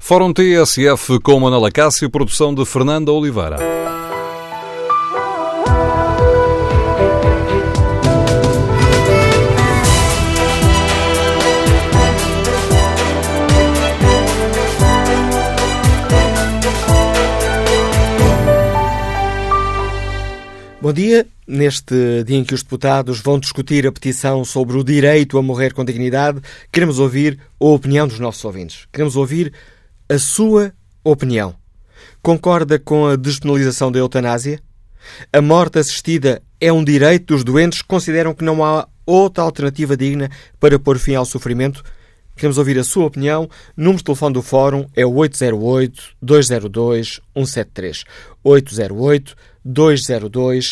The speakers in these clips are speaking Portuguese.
Fórum TSF com Manuela Cássio, produção de Fernanda Oliveira. Bom dia. Neste dia em que os deputados vão discutir a petição sobre o direito a morrer com dignidade, queremos ouvir a opinião dos nossos ouvintes. Queremos ouvir a sua opinião. Concorda com a despenalização da eutanásia? A morte assistida é um direito dos doentes que consideram que não há outra alternativa digna para pôr fim ao sofrimento? Queremos ouvir a sua opinião. Número de telefone do Fórum é o 808-202-173. 808-202-173.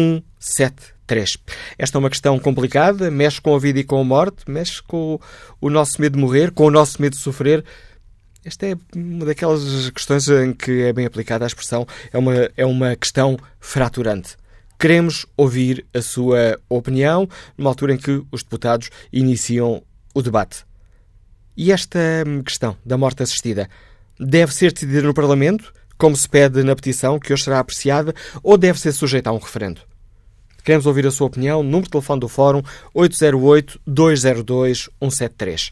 Esta é uma questão complicada, mexe com a vida e com a morte, mexe com o nosso medo de morrer, com o nosso medo de sofrer. Esta é uma daquelas questões em que é bem aplicada a expressão, é uma questão fraturante. Queremos ouvir a sua opinião numa altura em que os deputados iniciam o debate. E esta questão da morte assistida deve ser decidida no Parlamento, como se pede na petição, que hoje será apreciada, ou deve ser sujeita a um referendo? Queremos ouvir a sua opinião. Número de telefone do Fórum 808-202-173.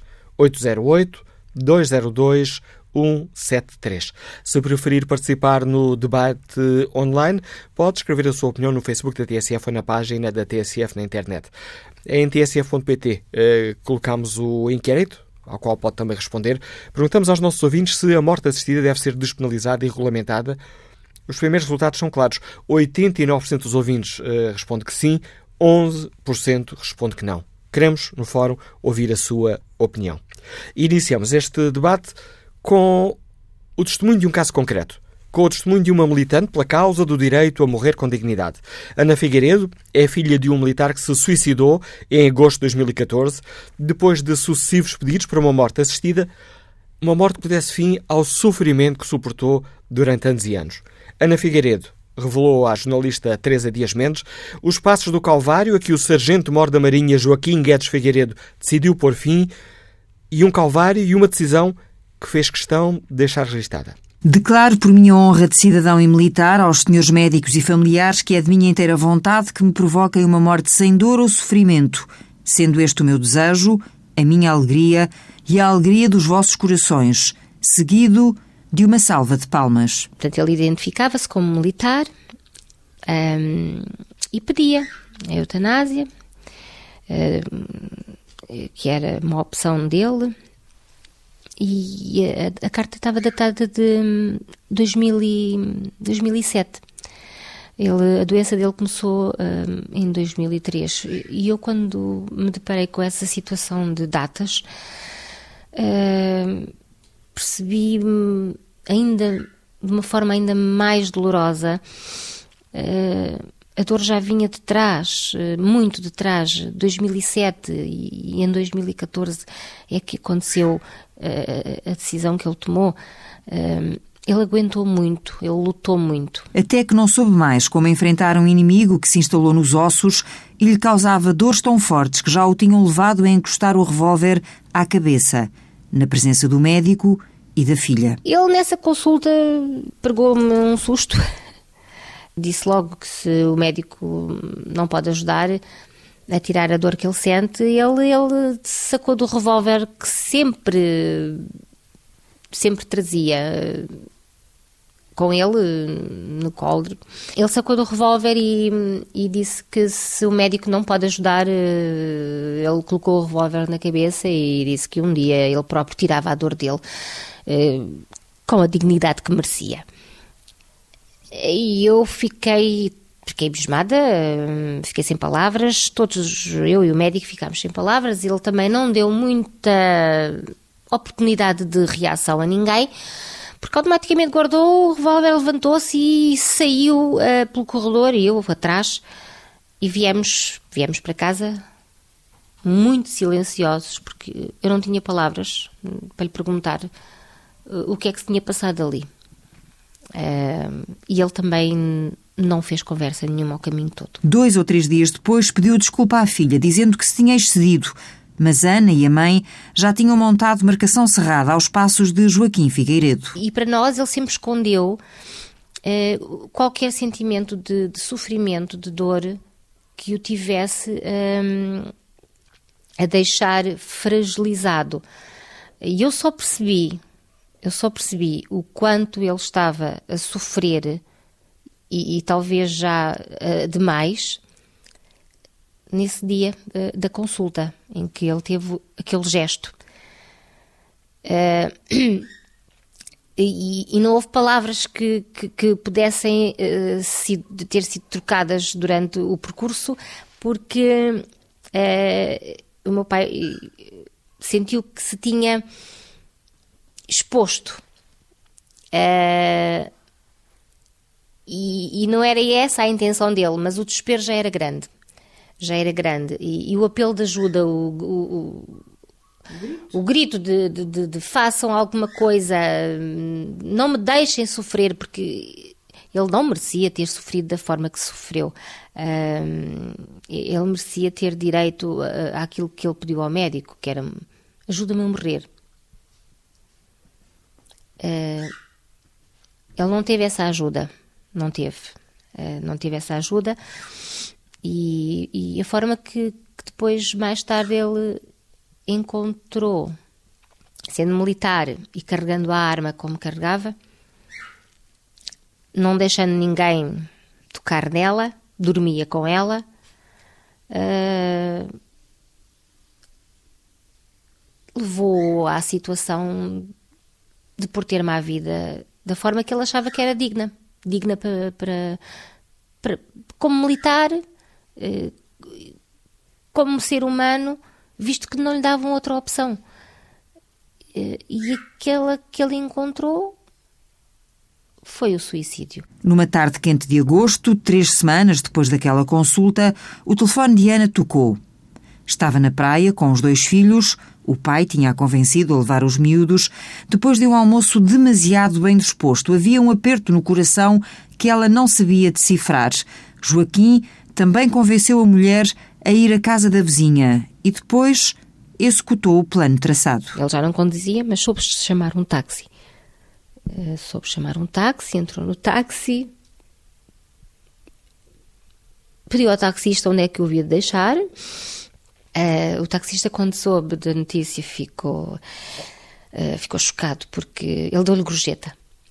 808-202-173. Se preferir participar no debate online, pode escrever a sua opinião no Facebook da TSF ou na página da TSF na internet. Em tsf.pt colocamos o inquérito, ao qual pode também responder. Perguntamos aos nossos ouvintes se a morte assistida deve ser despenalizada e regulamentada. Os primeiros resultados são claros. 89% dos ouvintes responde que sim, 11% responde que não. Queremos, no Fórum, ouvir a sua opinião. Iniciamos este debate com o testemunho de um caso concreto, com o testemunho de uma militante pela causa do direito a morrer com dignidade. Ana Figueiredo é filha de um militar que se suicidou em agosto de 2014, depois de sucessivos pedidos para uma morte assistida, uma morte que pudesse fim ao sofrimento que suportou durante anos e anos. Ana Figueiredo revelou à jornalista Teresa Dias Mendes os passos do calvário a que o sargento-mor da Marinha Joaquim Guedes Figueiredo decidiu pôr fim, e um calvário e uma decisão que fez questão de deixar registada. Declaro por minha honra de cidadão e militar aos senhores médicos e familiares que é de minha inteira vontade que me provoquem uma morte sem dor ou sofrimento, sendo este o meu desejo, a minha alegria e a alegria dos vossos corações, seguido de uma salva de palmas. Portanto, ele identificava-se como militar e pedia a eutanásia, que era uma opção dele. E a carta estava datada de 2007. A doença dele começou em 2003. E eu, quando me deparei com essa situação de datas, percebi ainda de uma forma ainda mais dolorosa. A dor já vinha de trás, muito de trás. 2007 e em 2014 é que aconteceu a decisão que ele tomou. Ele aguentou muito, ele lutou muito. Até que não soube mais como enfrentar um inimigo que se instalou nos ossos e lhe causava dores tão fortes que já o tinham levado a encostar o revólver à cabeça, na presença do médico e da filha. Ele, nessa consulta, pegou-me um susto. Disse logo que se o médico não pode ajudar a tirar a dor que ele sente, ele sacou do revólver que sempre trazia com ele no colo. Ele sacou do revólver e disse que se o médico não pode ajudar, ele colocou o revólver na cabeça e disse que um dia ele próprio tirava a dor dele com a dignidade que merecia. E eu fiquei abismada, fiquei sem palavras, todos, eu e o médico ficámos sem palavras. Ele também não deu muita oportunidade de reação a ninguém, porque automaticamente guardou o revólver, levantou-se e saiu pelo corredor, e eu atrás, e viemos para casa muito silenciosos, porque eu não tinha palavras para lhe perguntar o que é que se tinha passado ali. E ele também não fez conversa nenhuma ao caminho todo. 2 ou 3 dias depois pediu desculpa à filha, dizendo que se tinha excedido, Mas Ana e a mãe já tinham montado marcação cerrada aos passos de Joaquim Figueiredo. E para nós ele sempre escondeu qualquer sentimento de sofrimento, de dor, que o tivesse a deixar fragilizado. E eu só percebi o quanto ele estava a sofrer e talvez já demais nesse dia da consulta, em que ele teve aquele gesto. E não houve palavras que pudessem ter sido trocadas durante o percurso, porque o meu pai sentiu que se tinha exposto. E não era essa a intenção dele, mas o desespero já era grande. E o apelo de ajuda, o grito de façam alguma coisa, não me deixem sofrer, porque ele não merecia ter sofrido da forma que sofreu. Ele merecia ter direito àquilo que ele pediu ao médico, que era ajuda-me a morrer. Ele não teve essa ajuda, não teve essa ajuda, e a forma que depois, mais tarde, ele encontrou, sendo militar e carregando a arma como carregava, não deixando ninguém tocar nela, dormia com ela, levou à situação de por ter má vida da forma que ele achava que era digna para como militar, como ser humano, visto que não lhe davam outra opção. E aquela que ele encontrou foi o suicídio. Numa tarde quente de agosto, 3 semanas depois daquela consulta, o telefone de Ana tocou. Estava na praia com os 2 filhos. O pai tinha-a convencido a levar os miúdos. Depois de um almoço demasiado bem disposto, havia um aperto no coração que ela não sabia decifrar. Joaquim também convenceu a mulher a ir à casa da vizinha e depois executou o plano traçado. Ele já não conduzia, mas soube chamar um táxi. Entrou no táxi, pediu ao taxista onde é que o havia de deixar. O taxista, quando soube da notícia, ficou chocado, porque ele deu-lhe gorjeta.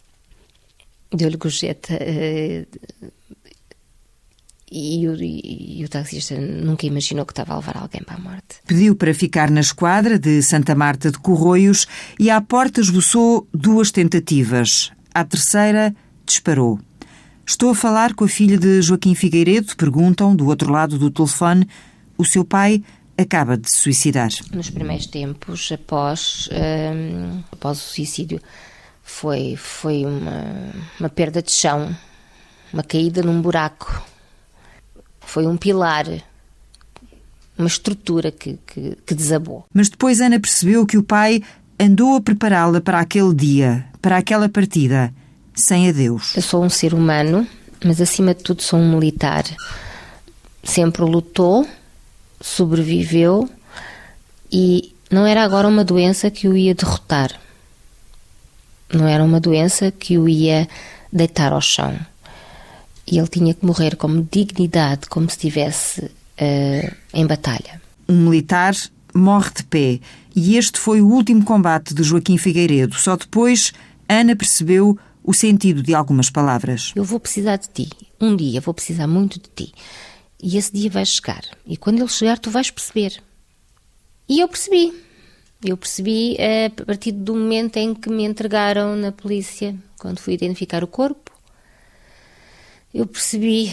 E o taxista nunca imaginou que estava a levar alguém para a morte. Pediu para ficar na esquadra de Santa Marta de Corroios e à porta esboçou 2 tentativas. À terceira, disparou. Estou a falar com a filha de Joaquim Figueiredo, perguntam do outro lado do telefone. O seu pai acaba de se suicidar. Nos primeiros tempos, após o suicídio, foi uma perda de chão, uma caída num buraco. Foi um pilar, uma estrutura que desabou. Mas depois Ana percebeu que o pai andou a prepará-la para aquele dia, para aquela partida, sem adeus. Eu sou um ser humano, mas acima de tudo sou um militar. Sempre lutou, sobreviveu e não era agora uma doença que o ia derrotar. Não era uma doença que o ia deitar ao chão. E ele tinha que morrer com dignidade, como se estivesse em batalha. Um militar morre de pé e este foi o último combate de Joaquim Figueiredo. Só depois Ana percebeu o sentido de algumas palavras. Eu vou precisar de ti. Um dia vou precisar muito de ti. E esse dia vai chegar. E quando ele chegar, tu vais perceber. E eu percebi. Eu percebi a partir do momento em que me entregaram na polícia, quando fui identificar o corpo. Eu percebi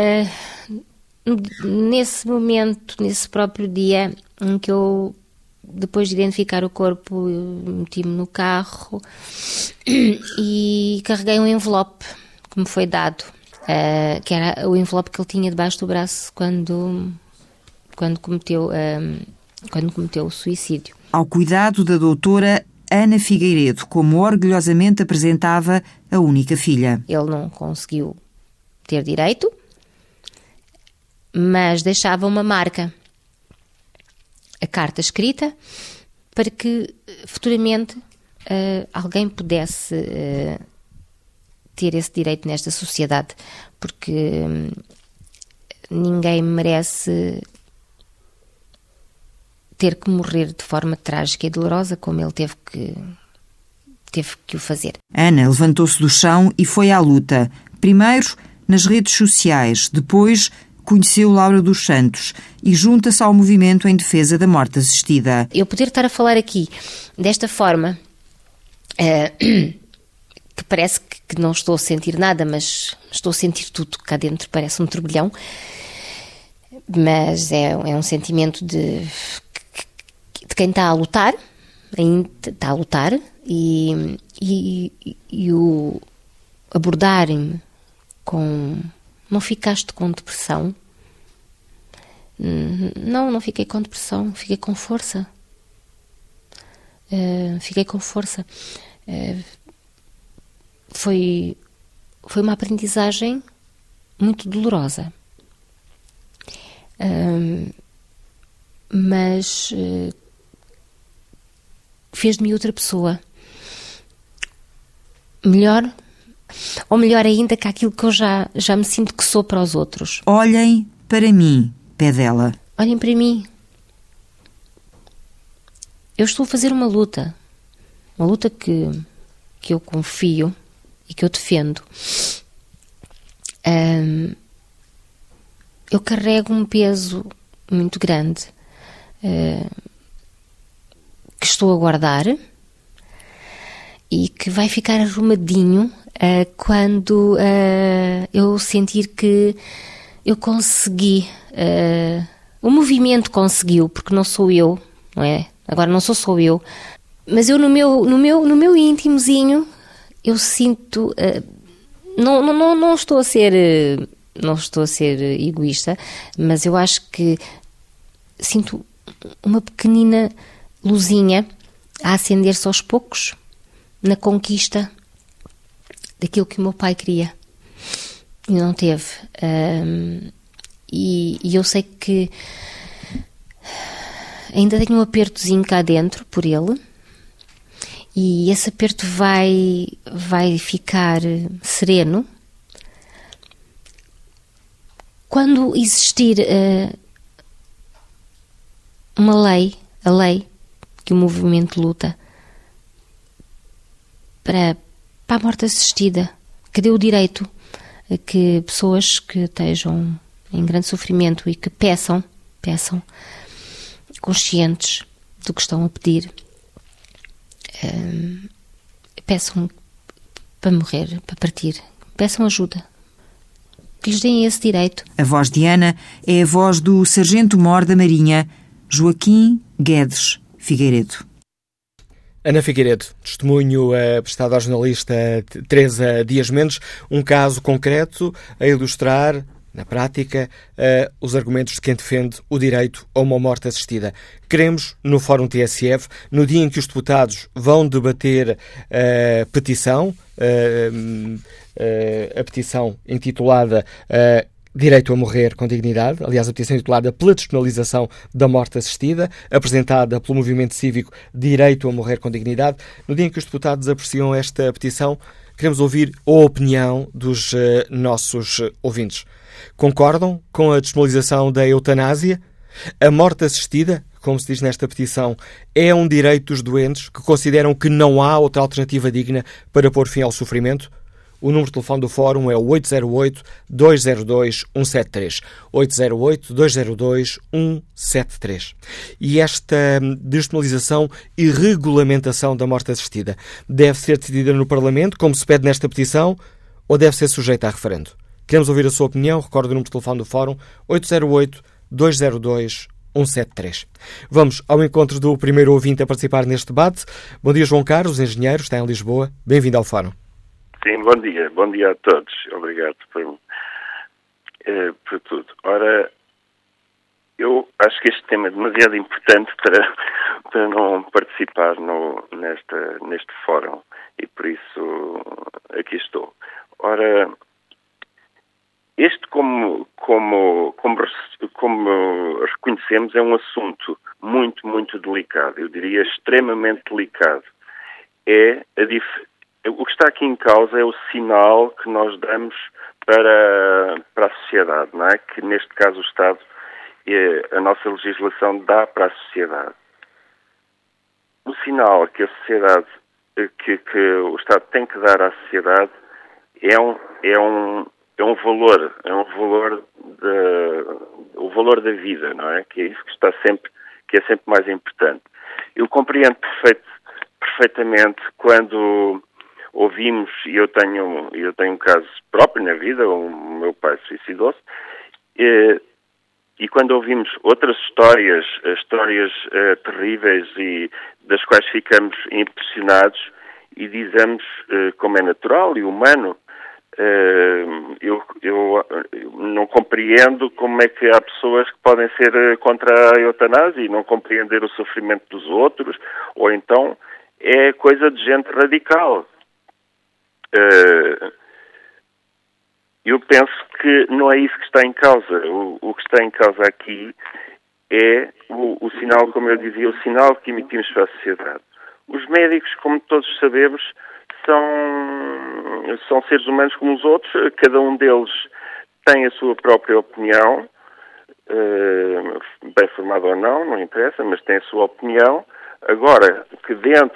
nesse momento, nesse próprio dia, em que eu, depois de identificar o corpo, meti-me no carro e carreguei um envelope que me foi dado, que era o envelope que ele tinha debaixo do braço quando cometeu o suicídio. Ao cuidado da doutora Ana Figueiredo, como orgulhosamente apresentava a única filha. Ele não conseguiu ter direito, mas deixava uma marca. a carta escrita para que futuramente alguém pudesse ter esse direito nesta sociedade, porque ninguém merece ter que morrer de forma trágica e dolorosa como ele teve que o fazer. Ana levantou-se do chão e foi à luta. Primeiro nas redes sociais, depois conheceu Laura dos Santos e junta-se ao movimento em defesa da morte assistida. Eu poder estar a falar aqui desta forma, que parece que não estou a sentir nada, mas estou a sentir tudo cá dentro, parece um turbilhão, mas é um sentimento de quem está a lutar, ainda está a lutar, e o abordarem-me com... Não ficaste com depressão? Não fiquei com depressão, fiquei com força. Foi uma aprendizagem muito dolorosa. Mas fez de mim outra pessoa. Melhor, ou melhor ainda que aquilo que eu já me sinto que sou para os outros. Olhem para mim, pede ela. Olhem para mim. Eu estou a fazer uma luta que eu confio e que eu defendo. Eu carrego um peso muito grande que estou a guardar e que vai ficar arrumadinho quando eu sentir que eu consegui, o movimento conseguiu, porque não sou eu, não é? Agora não sou só eu, mas eu no meu íntimozinho eu sinto, não estou a ser egoísta, mas eu acho que sinto uma pequenina luzinha a acender-se aos poucos na conquista daquilo que o meu pai queria e não teve. E eu sei que ainda tenho um apertozinho cá dentro por ele, e esse aperto vai ficar sereno quando existir a lei que o movimento luta para a morte assistida, que dê o direito a que pessoas que estejam em grande sofrimento e que peçam, conscientes do que estão a pedir, peçam para morrer, para partir, peçam ajuda, que lhes deem esse direito. A voz de Ana é a voz do Sargento-Mor da Marinha, Joaquim Guedes Figueiredo. Ana Figueiredo, testemunho prestado à jornalista Teresa Dias Mendes, um caso concreto a ilustrar, na prática, os argumentos de quem defende o direito a uma morte assistida. Queremos, no Fórum TSF, no dia em que os deputados vão debater a petição intitulada Direito a Morrer com Dignidade, aliás, a petição intitulada pela despenalização da morte assistida, apresentada pelo movimento cívico Direito a Morrer com Dignidade. No dia em que os deputados apreciam esta petição, queremos ouvir a opinião dos nossos ouvintes. Concordam com a despenalização da eutanásia? A morte assistida, como se diz nesta petição, é um direito dos doentes que consideram que não há outra alternativa digna para pôr fim ao sofrimento? O número de telefone do Fórum é o 808-202-173. 808-202-173. E esta despenalização e regulamentação da morte assistida deve ser decidida no Parlamento, como se pede nesta petição, ou deve ser sujeita a referendo? Queremos ouvir a sua opinião. Recordo o número de telefone do Fórum, 808-202-173. Vamos ao encontro do primeiro ouvinte a participar neste debate. Bom dia, João Carlos, engenheiro, está em Lisboa. Bem-vindo ao Fórum. Sim, bom dia a todos. Obrigado por tudo. Ora, eu acho que este tema é demasiado importante para não participar neste fórum, e por isso aqui estou. Ora, este como como reconhecemos, é um assunto muito, muito delicado. Eu diria extremamente delicado. O que está aqui em causa é o sinal que nós damos para a sociedade, não é? Que neste caso o Estado, a nossa legislação dá para a sociedade. O sinal que a sociedade, que o Estado tem que dar à sociedade é um valor, o valor da vida, não é? Que é isso que é sempre mais importante. Eu compreendo perfeitamente quando ouvimos, e eu tenho um caso próprio na vida, o meu pai suicidou-se, e quando ouvimos outras histórias terríveis e das quais ficamos impressionados e dizemos como é natural e humano, eu não compreendo como é que há pessoas que podem ser contra a eutanásia e não compreender o sofrimento dos outros, ou então é coisa de gente radical. Eu penso que não é isso que está em causa. O que está em causa aqui é o sinal, como eu dizia, o sinal que emitimos para a sociedade. Os médicos, como todos sabemos, são seres humanos como os outros. Cada um deles tem a sua própria opinião, bem formada ou não interessa, mas tem a sua opinião. Agora, que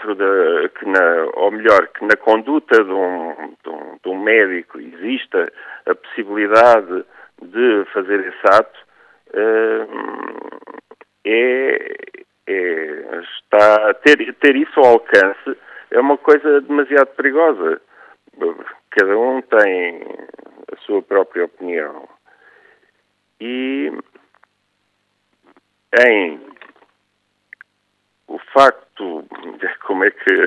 que na conduta de um médico exista a possibilidade de fazer esse ato, ter isso ao alcance é uma coisa demasiado perigosa. Cada um tem a sua própria opinião. E o facto de como é que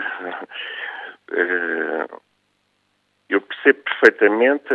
eu percebo perfeitamente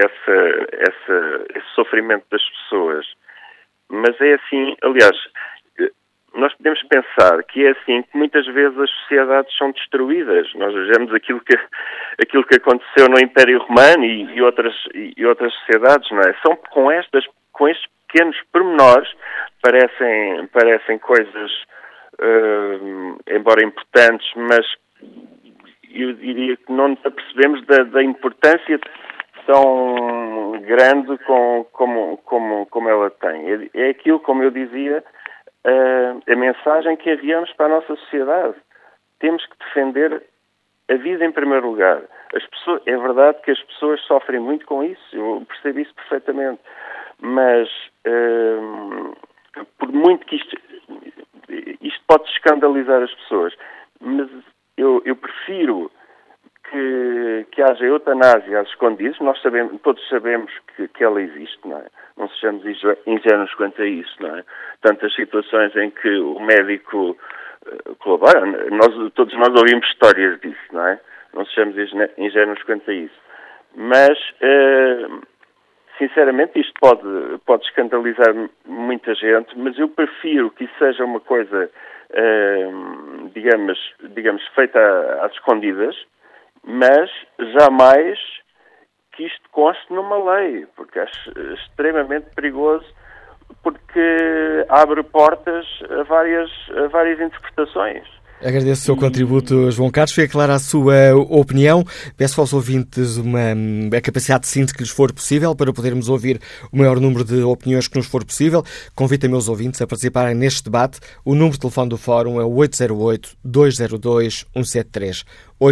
esse sofrimento das pessoas, mas é assim, aliás, nós podemos pensar que é assim que muitas vezes as sociedades são destruídas. Nós vejamos aquilo que aconteceu no Império Romano e outras sociedades, não é? São com estes pequenos pormenores, parecem coisas, embora importantes, mas eu diria que não nos apercebemos da importância tão grande como ela tem. É aquilo, como eu dizia, a mensagem que enviamos para a nossa sociedade. Temos que defender a vida em primeiro lugar. É verdade que as pessoas sofrem muito com isso, eu percebo isso perfeitamente, mas por muito que isto pode escandalizar as pessoas, mas eu prefiro que haja eutanásia às escondidas. Todos sabemos que ela existe, não é? Não sejamos ingênuos quanto a isso, não é? Tantas situações em que o médico colabora, todos nós ouvimos histórias disso, não é? Não sejamos ingênuos quanto a isso. Mas, sinceramente, isto pode escandalizar muita gente, mas eu prefiro que isso seja uma coisa, digamos, feita às escondidas, mas jamais que isto conste numa lei, porque acho extremamente perigoso, porque abre portas a várias interpretações. Agradeço o seu contributo, João Carlos. Fica clara a sua opinião. Peço aos ouvintes a capacidade de síntese que lhes for possível para podermos ouvir o maior número de opiniões que nos for possível. Convido a meus ouvintes a participarem neste debate. O número de telefone do Fórum é o 808-202-173.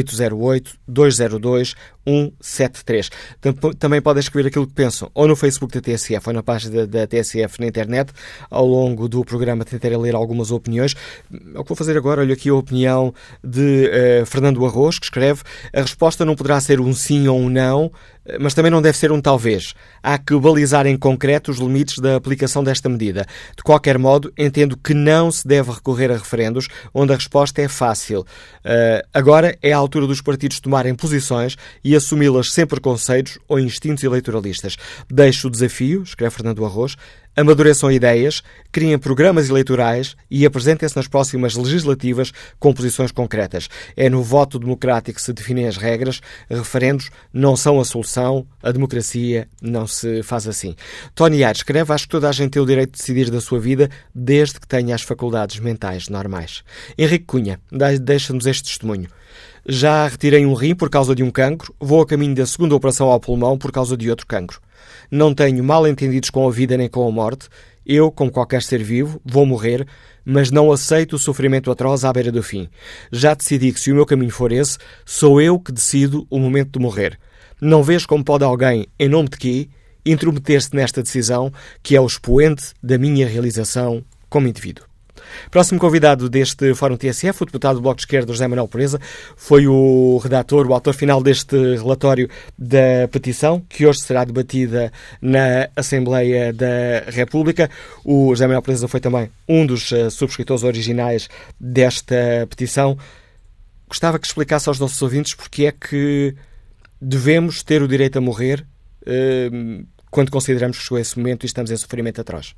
808-202-173. Também podem escrever aquilo que pensam ou no Facebook da TSF ou na página da TSF na internet. Ao longo do programa tentarei ler algumas opiniões. O que vou fazer agora, olho aqui a opinião de Fernando Arroz, que escreve: a resposta não poderá ser um sim ou um não, mas também não deve ser um talvez. Há que balizar em concreto os limites da aplicação desta medida. De qualquer modo, entendo que não se deve recorrer a referendos onde a resposta é fácil. Agora é a altura dos partidos tomarem posições e assumi-las sem preconceitos ou instintos eleitoralistas. Deixo o desafio, escreve Fernando Arroz, Amadureçam ideias, criem programas eleitorais e apresentem-se nas próximas legislativas com posições concretas. É no voto democrático que se definem as regras. Referendos não são a solução. A democracia não se faz assim. Tony Aires escreve: acho que toda a gente tem o direito de decidir da sua vida desde que tenha as faculdades mentais normais. Henrique Cunha deixa-nos este testemunho. Já retirei um rim por causa de um cancro, vou a caminho da segunda operação ao pulmão por causa de outro cancro. Não tenho mal-entendidos com a vida nem com a morte. Eu, como qualquer ser vivo, vou morrer, mas não aceito o sofrimento atroz à beira do fim. Já decidi que se o meu caminho for esse, sou eu que decido o momento de morrer. Não vejo como pode alguém, em nome de quê, intrometer-se nesta decisão que é o expoente da minha realização como indivíduo. Próximo convidado deste Fórum TSF, o deputado do Bloco de Esquerda, José Manuel Pureza, foi o redator, o autor final deste relatório da petição, que hoje será debatida na Assembleia da República. O José Manuel Pureza foi também um dos subscritores originais desta petição. Gostava que explicasse aos nossos ouvintes porque é que devemos ter o direito a morrer quando consideramos que chegou esse momento e estamos em sofrimento atroz.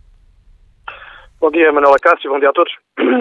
Bom dia, Manuel Acácio, bom dia a todos.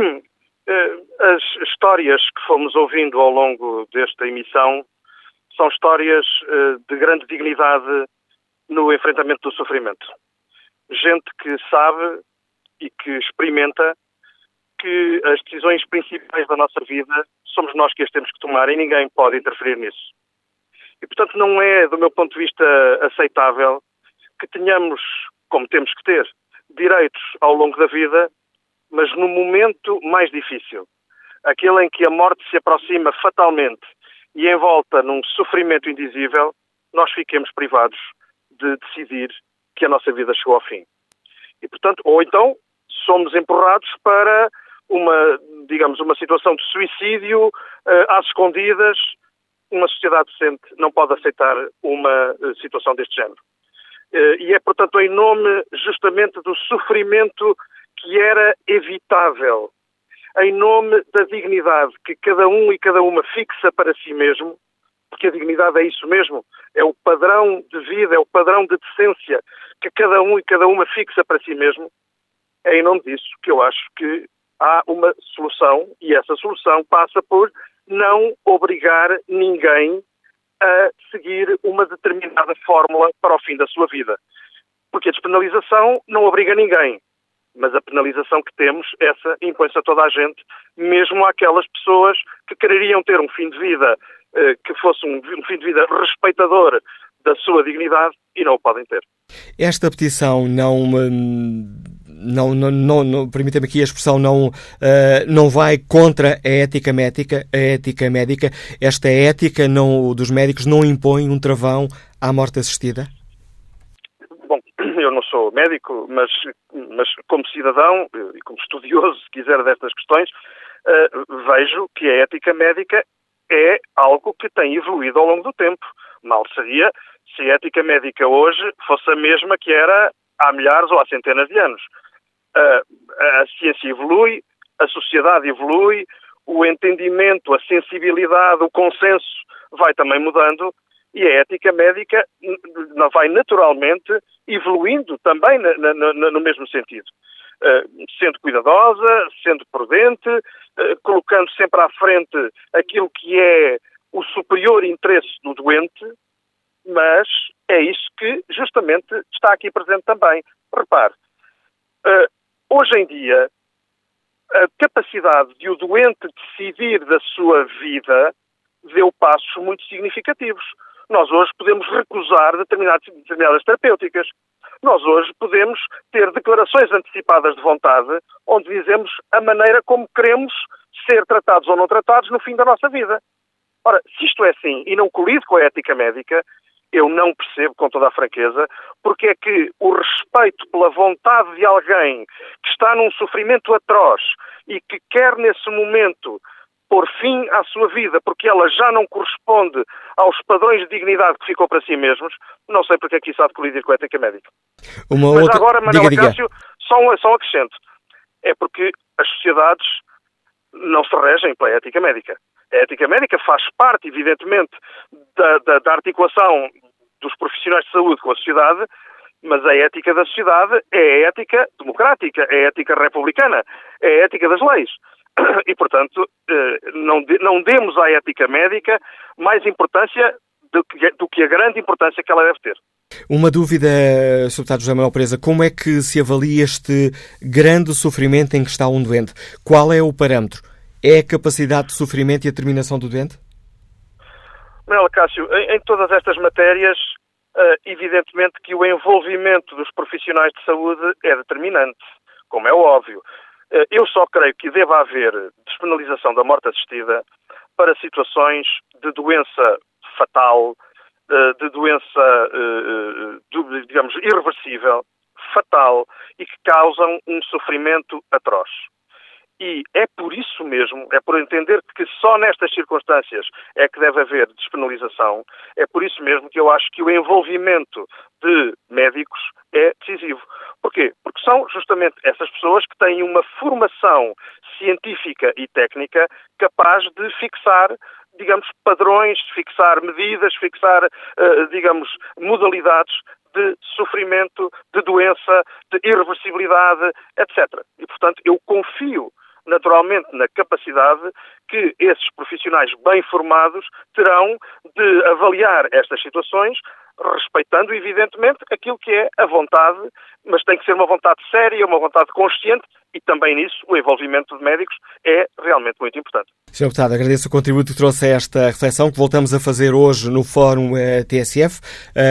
As histórias que fomos ouvindo ao longo desta emissão são histórias de grande dignidade no enfrentamento do sofrimento. Gente que sabe e que experimenta que as decisões principais da nossa vida somos nós que as temos que tomar e ninguém pode interferir nisso. E, portanto, não é, do meu ponto de vista, aceitável que tenhamos, como temos que ter, direitos ao longo da vida, mas no momento mais difícil, aquele em que a morte se aproxima fatalmente e envolta num sofrimento indizível, nós fiquemos privados de decidir que a nossa vida chegou ao fim. E, portanto, ou então somos empurrados para uma situação de suicídio às escondidas. Uma sociedade decente não pode aceitar uma situação deste género. E é, portanto, em nome justamente do sofrimento que era evitável, em nome da dignidade que cada um e cada uma fixa para si mesmo, porque a dignidade é isso mesmo, é o padrão de vida, é o padrão de decência que cada um e cada uma fixa para si mesmo, é em nome disso que eu acho que há uma solução, e essa solução passa por não obrigar ninguém a seguir uma determinada fórmula para o fim da sua vida. Porque a despenalização não obriga ninguém, mas a penalização que temos, essa impõe-se a toda a gente, mesmo àquelas pessoas que quereriam ter um fim de vida que fosse um fim de vida respeitador da sua dignidade e não o podem ter. Esta petição permita-me aqui a expressão, não vai contra a ética médica. Esta ética dos médicos não impõe um travão à morte assistida? Bom, eu não sou médico, mas como cidadão e como estudioso, se quiser, destas questões, vejo que a ética médica é algo que tem evoluído ao longo do tempo. Mal seria se a ética médica hoje fosse a mesma que era há milhares ou há centenas de anos. A ciência evolui, a sociedade evolui, o entendimento, a sensibilidade, o consenso vai também mudando e a ética médica vai naturalmente evoluindo também no mesmo sentido. Sendo cuidadosa, sendo prudente, colocando sempre à frente aquilo que é o superior interesse do doente, mas é isso que justamente está aqui presente também. Repare, hoje em dia, a capacidade de o doente decidir da sua vida deu passos muito significativos. Nós hoje podemos recusar determinadas terapêuticas. Nós hoje podemos ter declarações antecipadas de vontade onde dizemos a maneira como queremos ser tratados ou não tratados no fim da nossa vida. Ora, se isto é assim e não colide com a ética médica, eu não percebo, com toda a franqueza, porque é que o respeito pela vontade de alguém que está num sofrimento atroz e que quer nesse momento pôr fim à sua vida porque ela já não corresponde aos padrões de dignidade que ficou para si mesmos, não sei porque é que isso há de colidir com a ética médica. Mas agora, Manuel Acácio, só um acrescento. É porque as sociedades não se regem pela ética médica. A ética médica faz parte, evidentemente, da articulação dos profissionais de saúde com a sociedade, Mas a ética da sociedade é a ética democrática, é a ética republicana, é a ética das leis. E, portanto, não demos à ética médica mais importância do que a grande importância que ela deve ter. Uma dúvida, Sr. Deputado José Manuel Pereza, como é que se avalia este grande sofrimento em que está um doente? Qual é o parâmetro? É a capacidade de sofrimento e a determinação do doente? Manuel Cássio, em todas estas matérias, evidentemente que o envolvimento dos profissionais de saúde é determinante, como é óbvio. Eu só creio que deva haver despenalização da morte assistida para situações de doença fatal, de doença, digamos, irreversível, fatal, e que causam um sofrimento atroz. E é por isso mesmo, é por entender que só nestas circunstâncias é que deve haver despenalização, é por isso mesmo que eu acho que o envolvimento de médicos é decisivo. Porquê? Porque são justamente essas pessoas que têm uma formação científica e técnica capaz de fixar, digamos, padrões, fixar medidas, fixar, digamos, modalidades de sofrimento, de doença, de irreversibilidade, etc. E, portanto, eu confio naturalmente na capacidade que esses profissionais bem formados terão de avaliar estas situações, respeitando, evidentemente, aquilo que é a vontade, mas tem que ser uma vontade séria, uma vontade consciente, e também nisso o envolvimento de médicos é realmente muito importante. Sr. Deputado, agradeço o contributo que trouxe a esta reflexão que voltamos a fazer hoje no Fórum TSF.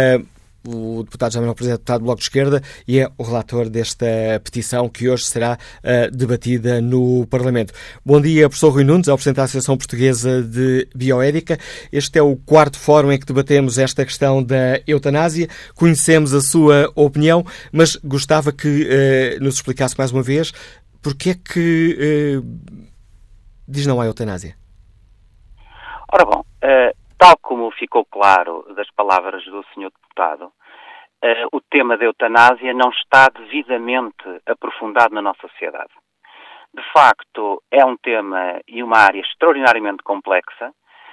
O deputado José Manuel Pereza é deputado do Bloco de Esquerda e é o relator desta petição que hoje será debatida no Parlamento. Bom dia, professor Rui Nunes, ao presidente da Associação Portuguesa de Bioética. Este é o 4º fórum em que debatemos esta questão da eutanásia. Conhecemos a sua opinião, mas gostava que nos explicasse mais uma vez porque é que diz não à eutanásia. Ora bom, tal como ficou claro das palavras do Sr. Deputado, o tema da eutanásia não está devidamente aprofundado na nossa sociedade. De facto, é um tema e uma área extraordinariamente complexa,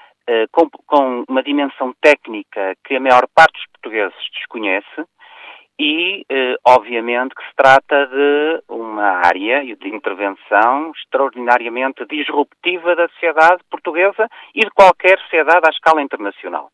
com uma dimensão técnica que a maior parte dos portugueses desconhece e, obviamente, que se trata de uma área de intervenção extraordinariamente disruptiva da sociedade portuguesa e de qualquer sociedade à escala internacional.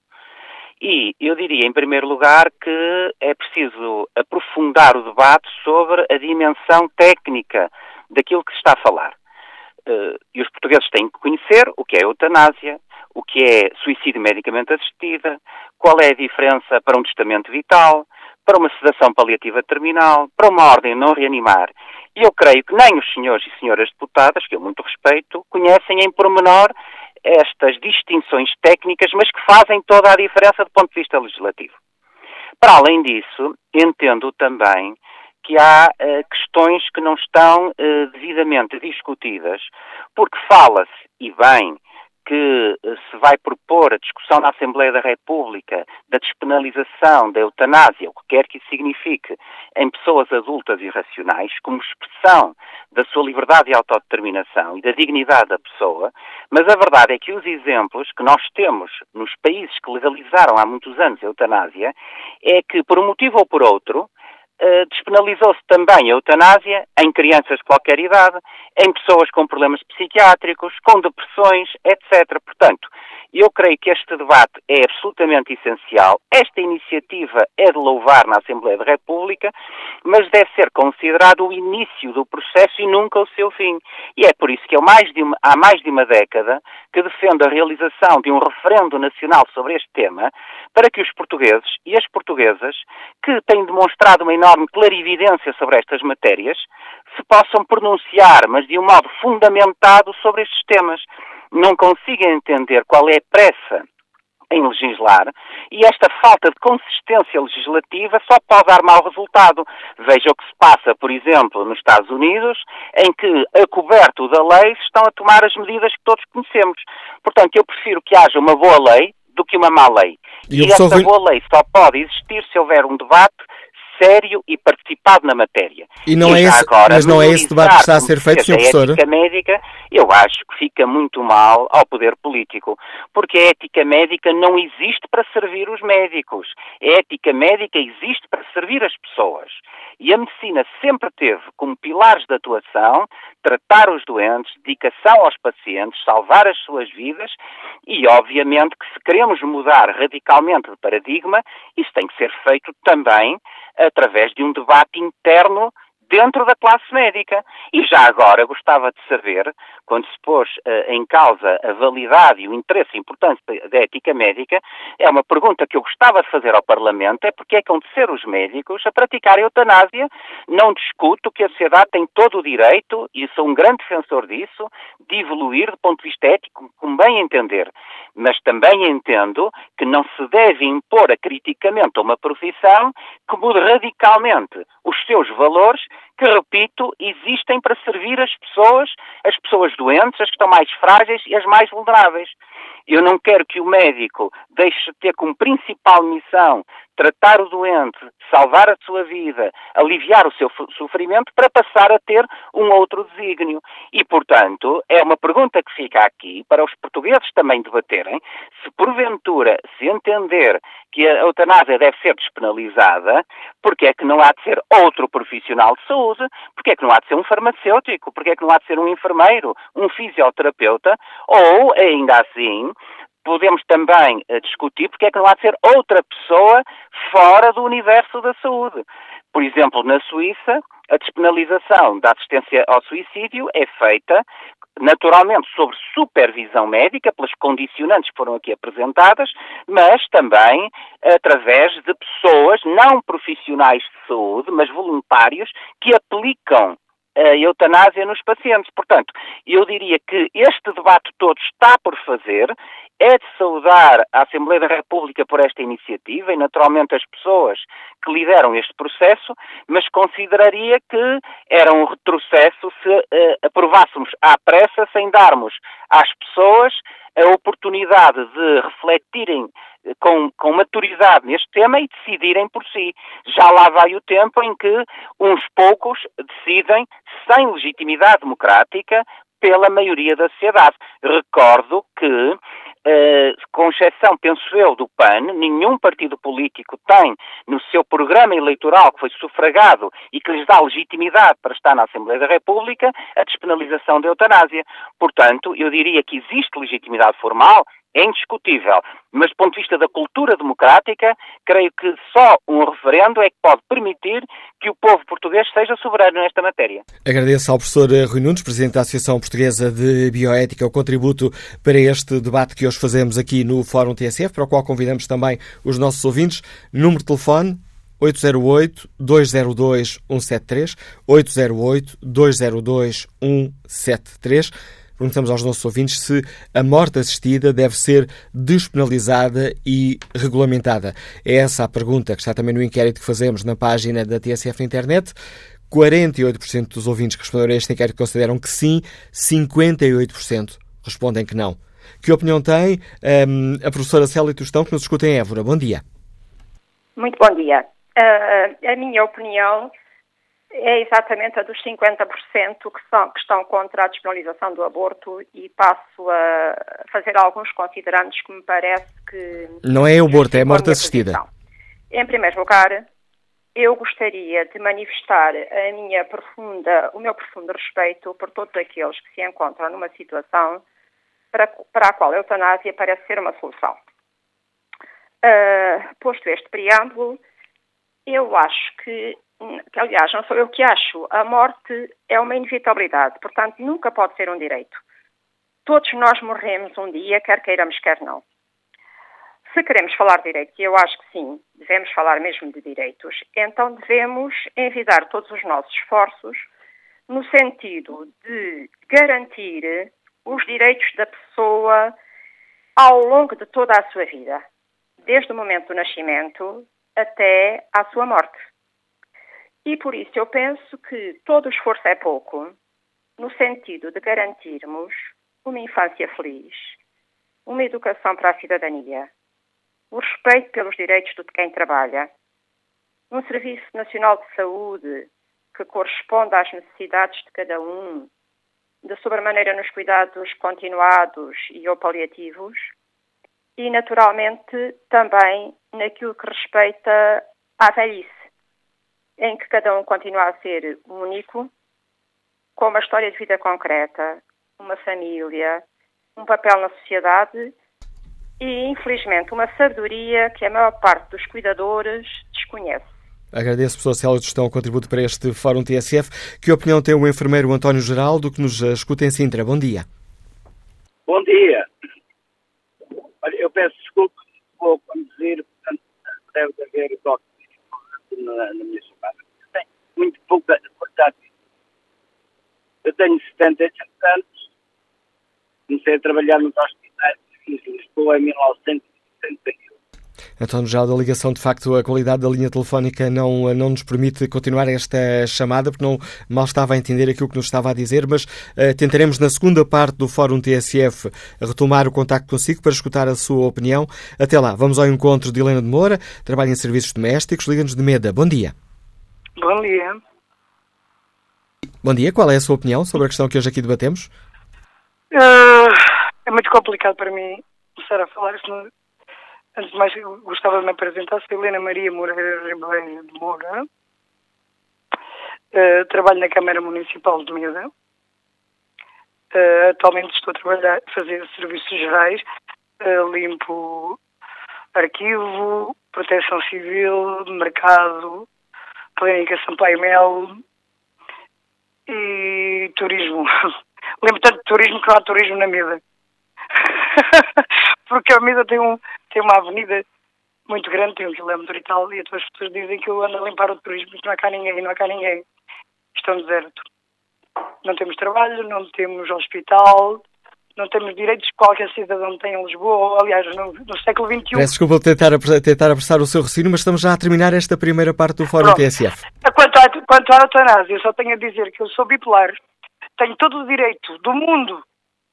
E eu diria, em primeiro lugar, que é preciso aprofundar o debate sobre a dimensão técnica daquilo que se está a falar. E os portugueses têm que conhecer o que é eutanásia, o que é suicídio medicamente assistida, qual é a diferença para um testamento vital, para uma sedação paliativa terminal, para uma ordem não reanimar. E eu creio que nem os senhores e senhoras deputadas, que eu muito respeito, conhecem em pormenor estas distinções técnicas, mas que fazem toda a diferença do ponto de vista legislativo. Para além disso, entendo também que há questões que não estão devidamente discutidas, porque fala-se, e bem, que se vai propor a discussão na Assembleia da República da despenalização da eutanásia, o que quer que isso signifique, em pessoas adultas e racionais, como expressão da sua liberdade e autodeterminação e da dignidade da pessoa, mas a verdade é que os exemplos que nós temos nos países que legalizaram há muitos anos a eutanásia é que, por um motivo ou por outro, despenalizou-se também a eutanásia em crianças de qualquer idade, em pessoas com problemas psiquiátricos, com depressões, etc. Portanto, eu creio que este debate é absolutamente essencial. Esta iniciativa é de louvar na Assembleia da República, mas deve ser considerado o início do processo e nunca o seu fim. E é por isso que há mais de uma década que defendo a realização de um referendo nacional sobre este tema, para que os portugueses e as portuguesas, que têm demonstrado uma enorme clarividência sobre estas matérias, se possam pronunciar, mas de um modo fundamentado, sobre estes temas. Não consigo entender qual é a pressa em legislar e esta falta de consistência legislativa só pode dar mau resultado. Veja o que se passa, por exemplo, nos Estados Unidos, em que, a coberto da lei, se estão a tomar as medidas que todos conhecemos. Portanto, eu prefiro que haja uma boa lei do que uma má lei. E esta boa lei só pode existir se houver um debate sério e participado na matéria. E não é esse, agora, mas não é esse debate que está a ser feito, Sr. Professor? A ética médica, eu acho que fica muito mal ao poder político, porque a ética médica não existe para servir os médicos. A ética médica existe para servir as pessoas. E a medicina sempre teve como pilares de atuação tratar os doentes, dedicação aos pacientes, salvar as suas vidas e, obviamente, que se queremos mudar radicalmente de paradigma, isso tem que ser feito também através de um debate interno dentro da classe médica. E já agora gostava de saber, quando se pôs em causa a validade e o interesse importante da ética médica, é uma pergunta que eu gostava de fazer ao Parlamento, é porque é que hão de ser os médicos a praticar a eutanásia. Não discuto que a sociedade tem todo o direito, e sou um grande defensor disso, de evoluir do ponto de vista ético, como bem entender. Mas também entendo que não se deve impor acriticamente a uma profissão que mude radicalmente os seus valores, que, repito, existem para servir as pessoas doentes, as que estão mais frágeis e as mais vulneráveis. Eu não quero que o médico deixe de ter como principal missão tratar o doente, salvar a sua vida, aliviar o seu sofrimento para passar a ter um outro desígnio. E, portanto, é uma pergunta que fica aqui para os portugueses também debaterem, se porventura se entender que a eutanásia deve ser despenalizada, porque é que não há de ser outro profissional de saúde, porque é que não há de ser um farmacêutico, porque é que não há de ser um enfermeiro, um fisioterapeuta, ou, ainda assim, podemos também discutir porque é que não há de ser outra pessoa fora do universo da saúde. Por exemplo, na Suíça, a despenalização da assistência ao suicídio é feita naturalmente sob supervisão médica, pelas condicionantes que foram aqui apresentadas, mas também através de pessoas não profissionais de saúde, mas voluntários, que aplicam a eutanásia nos pacientes. Portanto, eu diria que este debate todo está por fazer, é de saudar a Assembleia da República por esta iniciativa e, naturalmente, as pessoas que lideram este processo, mas consideraria que era um retrocesso se aprovássemos à pressa, sem darmos às pessoas a oportunidade de refletirem com maturidade neste tema e decidirem por si. Já lá vai o tempo em que uns poucos decidem sem legitimidade democrática pela maioria da sociedade. Recordo que, com exceção, penso eu, do PAN, nenhum partido político tem no seu programa eleitoral que foi sufragado e que lhes dá legitimidade para estar na Assembleia da República a despenalização da eutanásia. Portanto, eu diria que existe legitimidade formal, é indiscutível, mas do ponto de vista da cultura democrática, creio que só um referendo é que pode permitir que o povo português seja soberano nesta matéria. Agradeço ao professor Rui Nunes, presidente da Associação Portuguesa de Bioética, o contributo para este debate que hoje fazemos aqui no Fórum TSF, para o qual convidamos também os nossos ouvintes. Número de telefone 808-202-173, 808-202-173. Perguntamos aos nossos ouvintes se a morte assistida deve ser despenalizada e regulamentada. É essa a pergunta que está também no inquérito que fazemos na página da TSF na internet. 48% dos ouvintes que responderam a este inquérito consideram que sim, 58% respondem que não. Que opinião tem a professora Célia Tostão, que nos escuta em Évora? Bom dia. Muito bom dia. A minha opinião é exatamente a dos 50% que estão contra a despenalização do aborto, e passo a fazer alguns considerandos que me parece que... Não é aborto, é morte assistida. Posição. Em primeiro lugar, eu gostaria de manifestar o meu profundo respeito por todos aqueles que se encontram numa situação para a qual a eutanásia parece ser uma solução. Posto este preâmbulo, eu acho que, aliás, não sou eu que acho, a morte é uma inevitabilidade, portanto, nunca pode ser um direito. Todos nós morremos um dia, quer queiramos, quer não. Se queremos falar de direitos, e eu acho que sim, devemos falar mesmo de direitos, então devemos envidar todos os nossos esforços no sentido de garantir os direitos da pessoa ao longo de toda a sua vida, desde o momento do nascimento até à sua morte. E por isso eu penso que todo o esforço é pouco, no sentido de garantirmos uma infância feliz, uma educação para a cidadania, o respeito pelos direitos de quem trabalha, um Serviço Nacional de Saúde que corresponda às necessidades de cada um, de sobremaneira nos cuidados continuados e ou paliativos, e, naturalmente, também naquilo que respeita à velhice, em que cada um continua a ser único, com uma história de vida concreta, uma família, um papel na sociedade e, infelizmente, uma sabedoria que a maior parte dos cuidadores desconhece. Agradeço, professor Célia de Gestão, o contributo para este Fórum TSF. Que opinião tem o enfermeiro António Geraldo, que nos escuta em Sintra? Bom dia. Bom dia. Olha, eu peço desculpa, vou conduzir, portanto, deve haver toque na minha chamada. Tenho muito pouca qualidade. Eu tenho 77 anos, comecei a trabalhar nos hospitais de Lisboa em 1971. António Geraldo, a ligação, de facto, a qualidade da linha telefónica não nos permite continuar esta chamada, porque não mal estava a entender aquilo que nos estava a dizer, mas tentaremos na segunda parte do Fórum TSF retomar o contacto consigo para escutar a sua opinião. Até lá, vamos ao encontro de Helena de Moura, trabalha em serviços domésticos, liga-nos de Meda. Bom dia. Bom dia. Bom dia, qual é a sua opinião sobre a questão que hoje aqui debatemos? É muito complicado para mim começar a falar isso. Antes de mais, gostava de me apresentar. Sou Helena Maria Moreira Ribeiro de Moura. Trabalho na Câmara Municipal de Meda. Atualmente estou a fazer serviços gerais. Limpo arquivo, proteção civil, mercado, clínica Sampaio Melo e turismo. Lembro tanto de turismo que não há turismo na Meda. Porque a Meda tem uma avenida muito grande, tem 1 quilómetro e tal, e as pessoas dizem que eu ando a limpar o turismo, que não há cá ninguém. Isto é um deserto. Não temos trabalho, não temos hospital, não temos direitos que qualquer cidadão tem em Lisboa, aliás, no século XXI. Peço desculpa tentar apressar o seu raciocínio, mas estamos já a terminar esta primeira parte do Fórum TSF. Quanto à eutanásia, eu só tenho a dizer que eu sou bipolar, tenho todo o direito do mundo,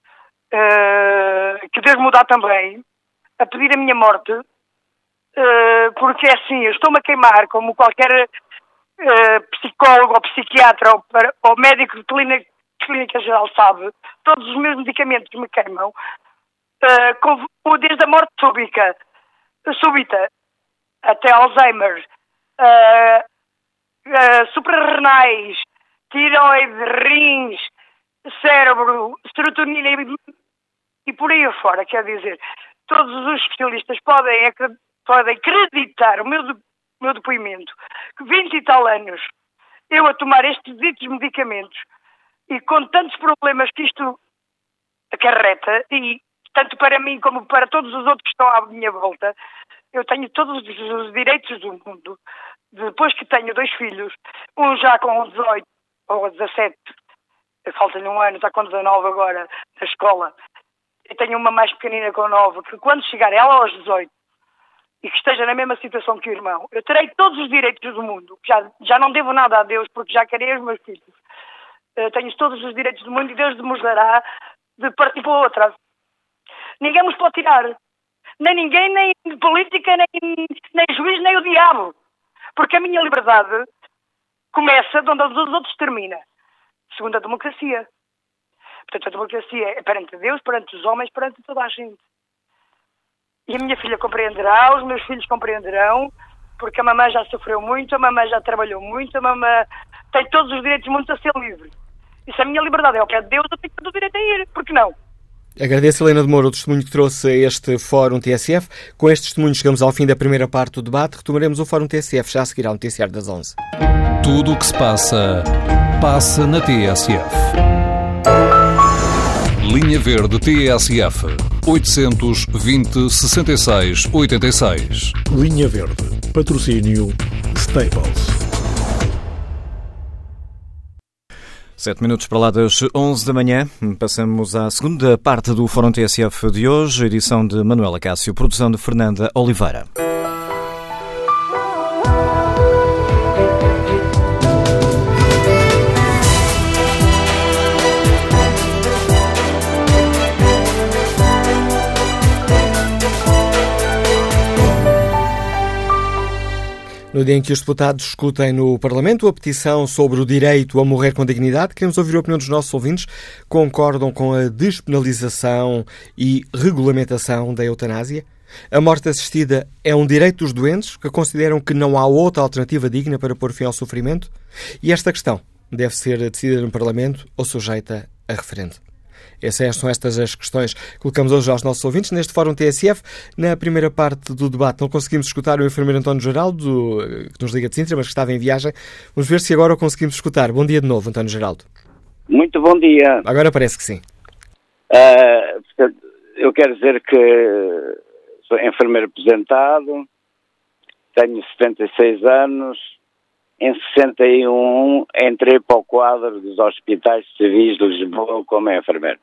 que Deus me dá também, a pedir a minha morte, porque é assim, eu estou-me a queimar como qualquer psicólogo ou psiquiatra ou médico de clínica geral sabe, todos os meus medicamentos me queimam, desde a morte súbita até Alzheimer, suprarrenais, tiroide, rins, cérebro, serotonina e por aí afora, quer dizer, todos os especialistas podem acreditar o meu depoimento, que 20 e tal anos eu a tomar estes ditos medicamentos e com tantos problemas que isto acarreta, e tanto para mim como para todos os outros que estão à minha volta, eu tenho todos os direitos do mundo. Depois que tenho 2 filhos, um já com 18 ou 17, falta-lhe um ano, está com 19 agora na escola, eu tenho uma mais pequenina com 9, que quando chegar ela aos 18 e que esteja na mesma situação que o irmão, eu terei todos os direitos do mundo. Já não devo nada a Deus, porque já querei os meus filhos. Tenho todos os direitos do mundo e Deus nos dará de partir para outra. Ninguém nos pode tirar. Nem ninguém, nem política, nem juiz, nem o diabo. Porque a minha liberdade começa de onde os outros termina. Segundo a democracia. Portanto, a democracia é perante Deus, perante os homens, perante toda a gente. E a minha filha compreenderá, os meus filhos compreenderão, porque a mamãe já sofreu muito, a mamãe já trabalhou muito, a mamãe tem todos os direitos do mundo a ser livre. E se a minha liberdade é o que é de Deus, eu tenho todo o direito a ir. Por que não? Agradeço, Helena de Moura, o testemunho que trouxe a este Fórum TSF. Com este testemunho chegamos ao fim da primeira parte do debate. Retomaremos o Fórum TSF já a seguir ao noticiário das 11. Tudo o que se passa, passa na TSF. Linha Verde TSF 820-66-86. Linha Verde. Patrocínio Staples. 7 minutos para lá das 11 da manhã. Passamos à segunda parte do Fórum TSF de hoje, edição de Manuela Cássio, produção de Fernanda Oliveira. No dia em que os deputados discutem no Parlamento a petição sobre o direito a morrer com dignidade, queremos ouvir a opinião dos nossos ouvintes. Concordam com a despenalização e regulamentação da eutanásia? A morte assistida é um direito dos doentes que consideram que não há outra alternativa digna para pôr fim ao sofrimento? E esta questão deve ser decidida no Parlamento ou sujeita a referendo? São estas as questões que colocamos hoje aos nossos ouvintes neste Fórum TSF. Na primeira parte do debate não conseguimos escutar o enfermeiro António Geraldo, que nos liga de Sintra, mas que estava em viagem. Vamos ver se agora o conseguimos escutar. Bom dia de novo, António Geraldo. Muito bom dia. Agora parece que sim. Eu quero dizer que sou enfermeiro aposentado, tenho 76 anos. Em 61 entrei para o quadro dos hospitais civis de Lisboa como enfermeiro.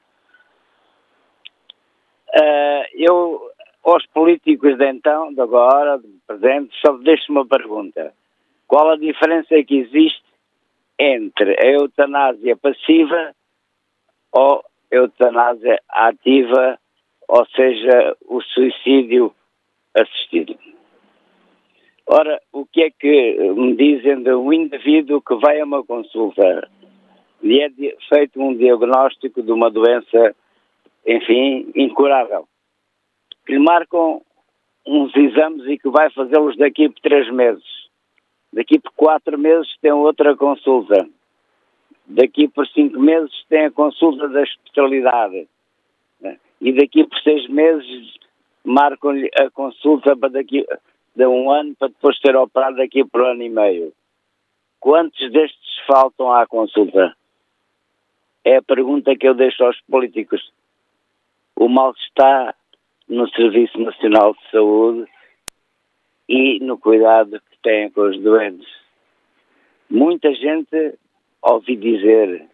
Eu, aos políticos de então, de agora, de presente, só deixo uma pergunta. Qual a diferença que existe entre a eutanásia passiva ou a eutanásia ativa, ou seja, o suicídio assistido? Ora, o que é que me dizem de um indivíduo que vai a uma consulta e é feito um diagnóstico de uma doença, enfim, incurável, que lhe marcam uns exames e que vai fazê-los daqui por 3 meses, daqui por 4 meses tem outra consulta, daqui por 5 meses tem a consulta da especialidade, né? E daqui por 6 meses marcam-lhe a consulta para daqui de 1 ano para depois ser operado daqui por 1 ano e meio. Quantos destes faltam à consulta? É a pergunta que eu deixo aos políticos. O mal está no Serviço Nacional de Saúde e no cuidado que têm com os doentes. Muita gente ouvi dizer,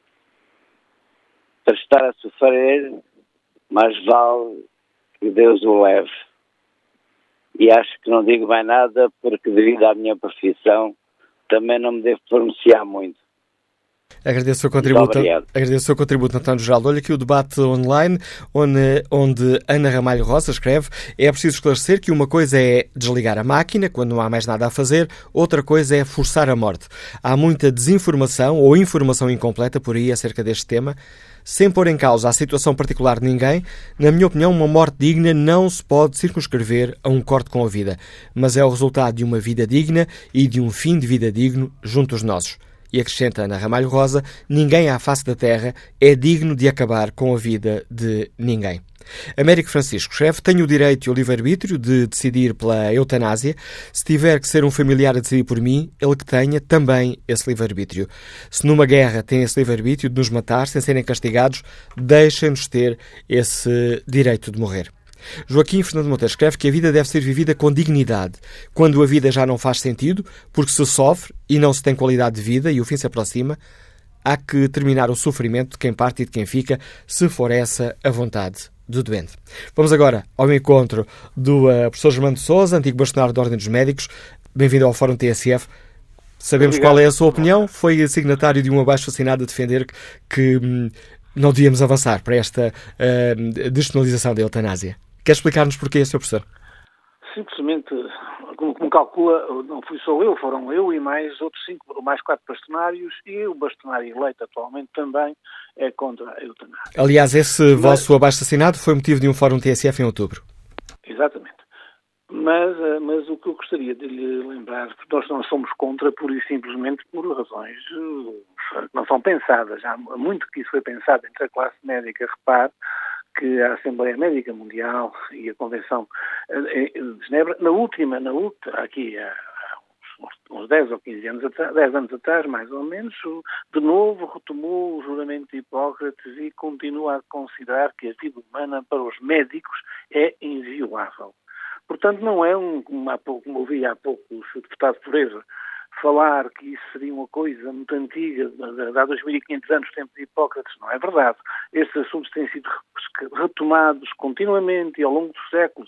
para estar a sofrer, mais vale que Deus o leve. E acho que não digo mais nada porque, devido à minha profissão, também não me devo pronunciar muito. Agradeço o seu contributo, António Geraldo. Olha aqui o debate online, onde Ana Ramalho Rosa escreve: é preciso esclarecer que uma coisa é desligar a máquina, quando não há mais nada a fazer, outra coisa é forçar a morte. Há muita desinformação ou informação incompleta por aí acerca deste tema. Sem pôr em causa a situação particular de ninguém, na minha opinião, uma morte digna não se pode circunscrever a um corte com a vida, mas é o resultado de uma vida digna e de um fim de vida digno junto aos nossos. E acrescenta Ana Ramalho Rosa: ninguém à face da terra é digno de acabar com a vida de ninguém. Américo Francisco escreve: tenho o direito e o livre-arbítrio de decidir pela eutanásia. Se tiver que ser um familiar a decidir por mim, ele que tenha também esse livre-arbítrio. Se numa guerra tem esse livre-arbítrio de nos matar sem serem castigados, deixem-nos ter esse direito de morrer. Joaquim Fernando Monteiro escreve que a vida deve ser vivida com dignidade. Quando a vida já não faz sentido, porque se sofre e não se tem qualidade de vida e o fim se aproxima, há que terminar o sofrimento de quem parte e de quem fica, se for essa a vontade do doente. Vamos agora ao encontro do professor Germano de Sousa, antigo bastonário da Ordem dos Médicos. Bem-vindo ao Fórum TSF. Sabemos qual é a sua opinião. Foi signatário de um abaixo-assinado a defender que não devíamos avançar para esta despenalização da eutanásia. Quer explicar-nos porquê, Sr. Professor? Simplesmente, como calcula, não fui só eu, foram eu e mais 4 bastonários, e o bastonário eleito atualmente também é contra a eutanásia. Aliás, esse vosso abaixo-assinado foi motivo de um Fórum TSF em outubro. Exatamente. Mas o que eu gostaria de lhe lembrar, porque nós não somos contra pura e simplesmente por razões que não são pensadas. Há muito que isso foi pensado entre a classe médica. Repare que a Assembleia Médica Mundial e a Convenção de Genebra, na última, aqui há uns 10 ou 15 anos atrás, 10 anos atrás, mais ou menos, de novo retomou o juramento de Hipócrates e continua a considerar que a vida humana para os médicos é inviolável. Portanto, não é como ouvi há pouco o deputado Pureza falar que isso seria uma coisa muito antiga, de há 2500 anos, tempo de Hipócrates. Não é verdade. Esses assuntos têm sido retomados continuamente e ao longo dos séculos,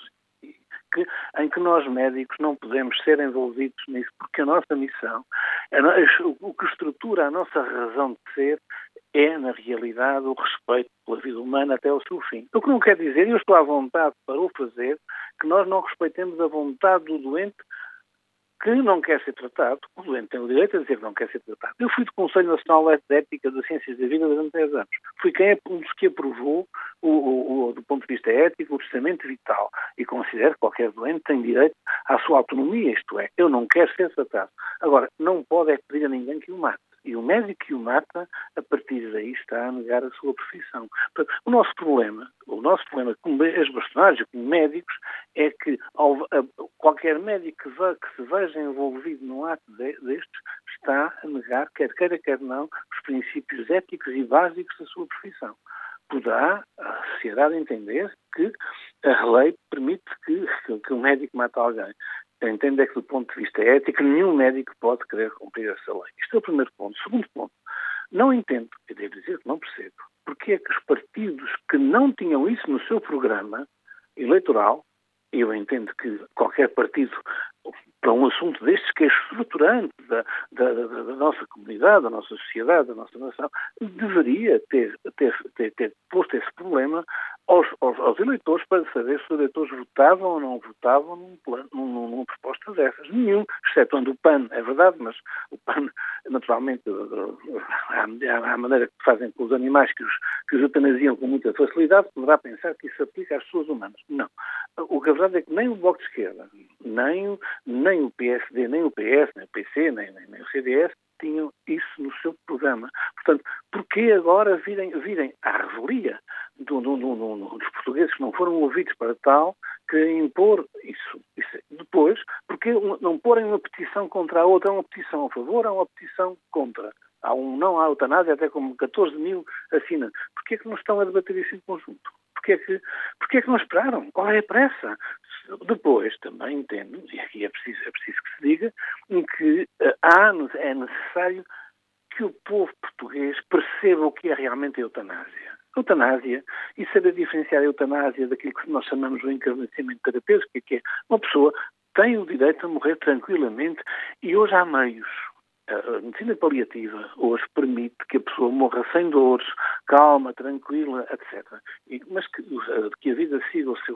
em que nós médicos não podemos ser envolvidos nisso, porque a nossa missão, o que estrutura a nossa razão de ser, é, na realidade, o respeito pela vida humana até ao seu fim. O que não quer dizer, e eu estou à vontade para o fazer, que nós não respeitemos a vontade do doente que não quer ser tratado, o doente tem o direito a dizer que não quer ser tratado. Eu fui do Conselho Nacional de Ética das Ciências da Vida durante 10 anos. Fui um dos que aprovou, do ponto de vista ético, o testamento vital. E considero que qualquer doente tem direito à sua autonomia, isto é, eu não quero ser tratado. Agora, não pode pedir a ninguém que o mate. E o médico que o mata, a partir daí, está a negar a sua profissão. Portanto, o nosso problema como ex-bastonários, como médicos, é que qualquer médico que se veja envolvido num ato destes está a negar, quer queira, quer não, os princípios éticos e básicos da sua profissão. Poderá a sociedade entender que a lei permite que o médico mate alguém. Eu entendo é que, do ponto de vista ético, nenhum médico pode querer cumprir essa lei. Isto é o primeiro ponto. Segundo ponto, não entendo, eu devo dizer que não percebo, porque é que os partidos que não tinham isso no seu programa eleitoral, eu entendo que qualquer partido, para um assunto destes que é estruturante da nossa comunidade, da nossa sociedade, da nossa nação, deveria ter posto esse problema aos eleitores para saber se os eleitores votavam ou não votavam numa proposta dessas. Nenhum, excetuando o PAN, é verdade, mas o PAN, naturalmente, à maneira que fazem com os animais que os eutanasiam com muita facilidade, poderá pensar que isso aplica às pessoas humanas. Não. O que a verdade é que nem o Bloco de Esquerda, nem o PSD, nem o PS, nem o PC, nem o CDS tinham isso no seu programa. Portanto, porquê agora virem à revelia dos portugueses que não foram ouvidos para tal, que impor isso? Depois, porquê não porem uma petição contra a outra? Há uma petição a favor, há uma petição contra. Há não há eutanásia, até como 14 mil assinam. Porquê é que não estão a debater isso em conjunto? Porquê é que não esperaram? Qual é a pressa? Depois, também entendo, e aqui é preciso que se diga, que é necessário que o povo português perceba o que é realmente a eutanásia. Eutanásia, e saber diferenciar a eutanásia daquilo que nós chamamos de encarnecimento terapêutico, que é uma pessoa tem o direito a morrer tranquilamente, e hoje há meios. A medicina paliativa hoje permite que a pessoa morra sem dores, calma, tranquila, etc. Mas que a vida siga o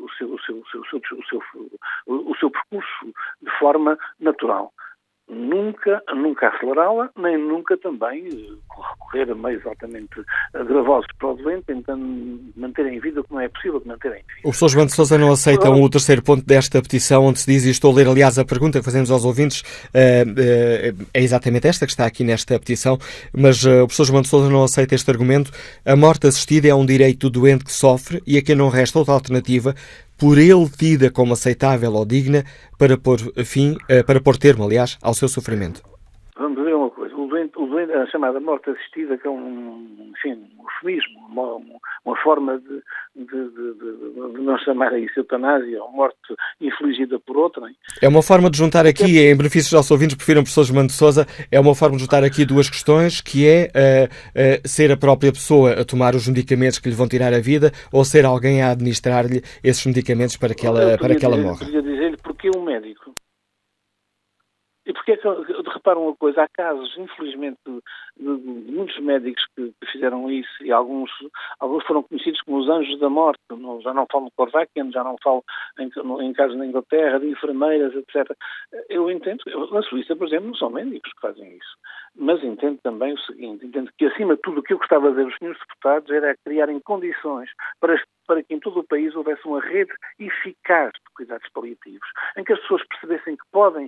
seu percurso de forma natural. Nunca acelerá-la, nem nunca também recorrer a meios altamente gravosos para o doente, tentando manter em vida o que não é possível de manter em vida. O professor João de Sousa não aceita o terceiro ponto desta petição, onde se diz, e estou a ler, aliás, a pergunta que fazemos aos ouvintes, é exatamente esta que está aqui nesta petição, mas o professor João de Sousa não aceita este argumento. A morte assistida é um direito do doente que sofre e a quem não resta outra alternativa, por ele tida como aceitável ou digna, para pôr termo, aliás, ao seu sofrimento. Vamos ver uma coisa. O doente, a chamada morte assistida, que é um eufemismo, uma forma de não chamar a isso eutanásia, ou morte infligida por outra. Hein? É uma forma de juntar aqui, em benefício dos nossos ouvintes, prefiram o professor João de Sousa, é uma forma de juntar aqui duas questões, que é ser a própria pessoa a tomar os medicamentos que lhe vão tirar a vida, ou ser alguém a administrar-lhe esses medicamentos para que ela morra. Eu queria dizer-lhe porque um médico. E porque é que, reparam uma coisa, há casos, infelizmente, de muitos médicos que fizeram isso, e alguns foram conhecidos como os anjos da morte, já não falo no Corvakian, já não falo em casos na Inglaterra, de enfermeiras, etc. Eu entendo, na Suíça, por exemplo, não são médicos que fazem isso, mas entendo também o seguinte, entendo que, acima de tudo, o que eu gostava de dizer aos senhores deputados era criarem condições para que em todo o país houvesse uma rede eficaz de cuidados paliativos, em que as pessoas percebessem que podem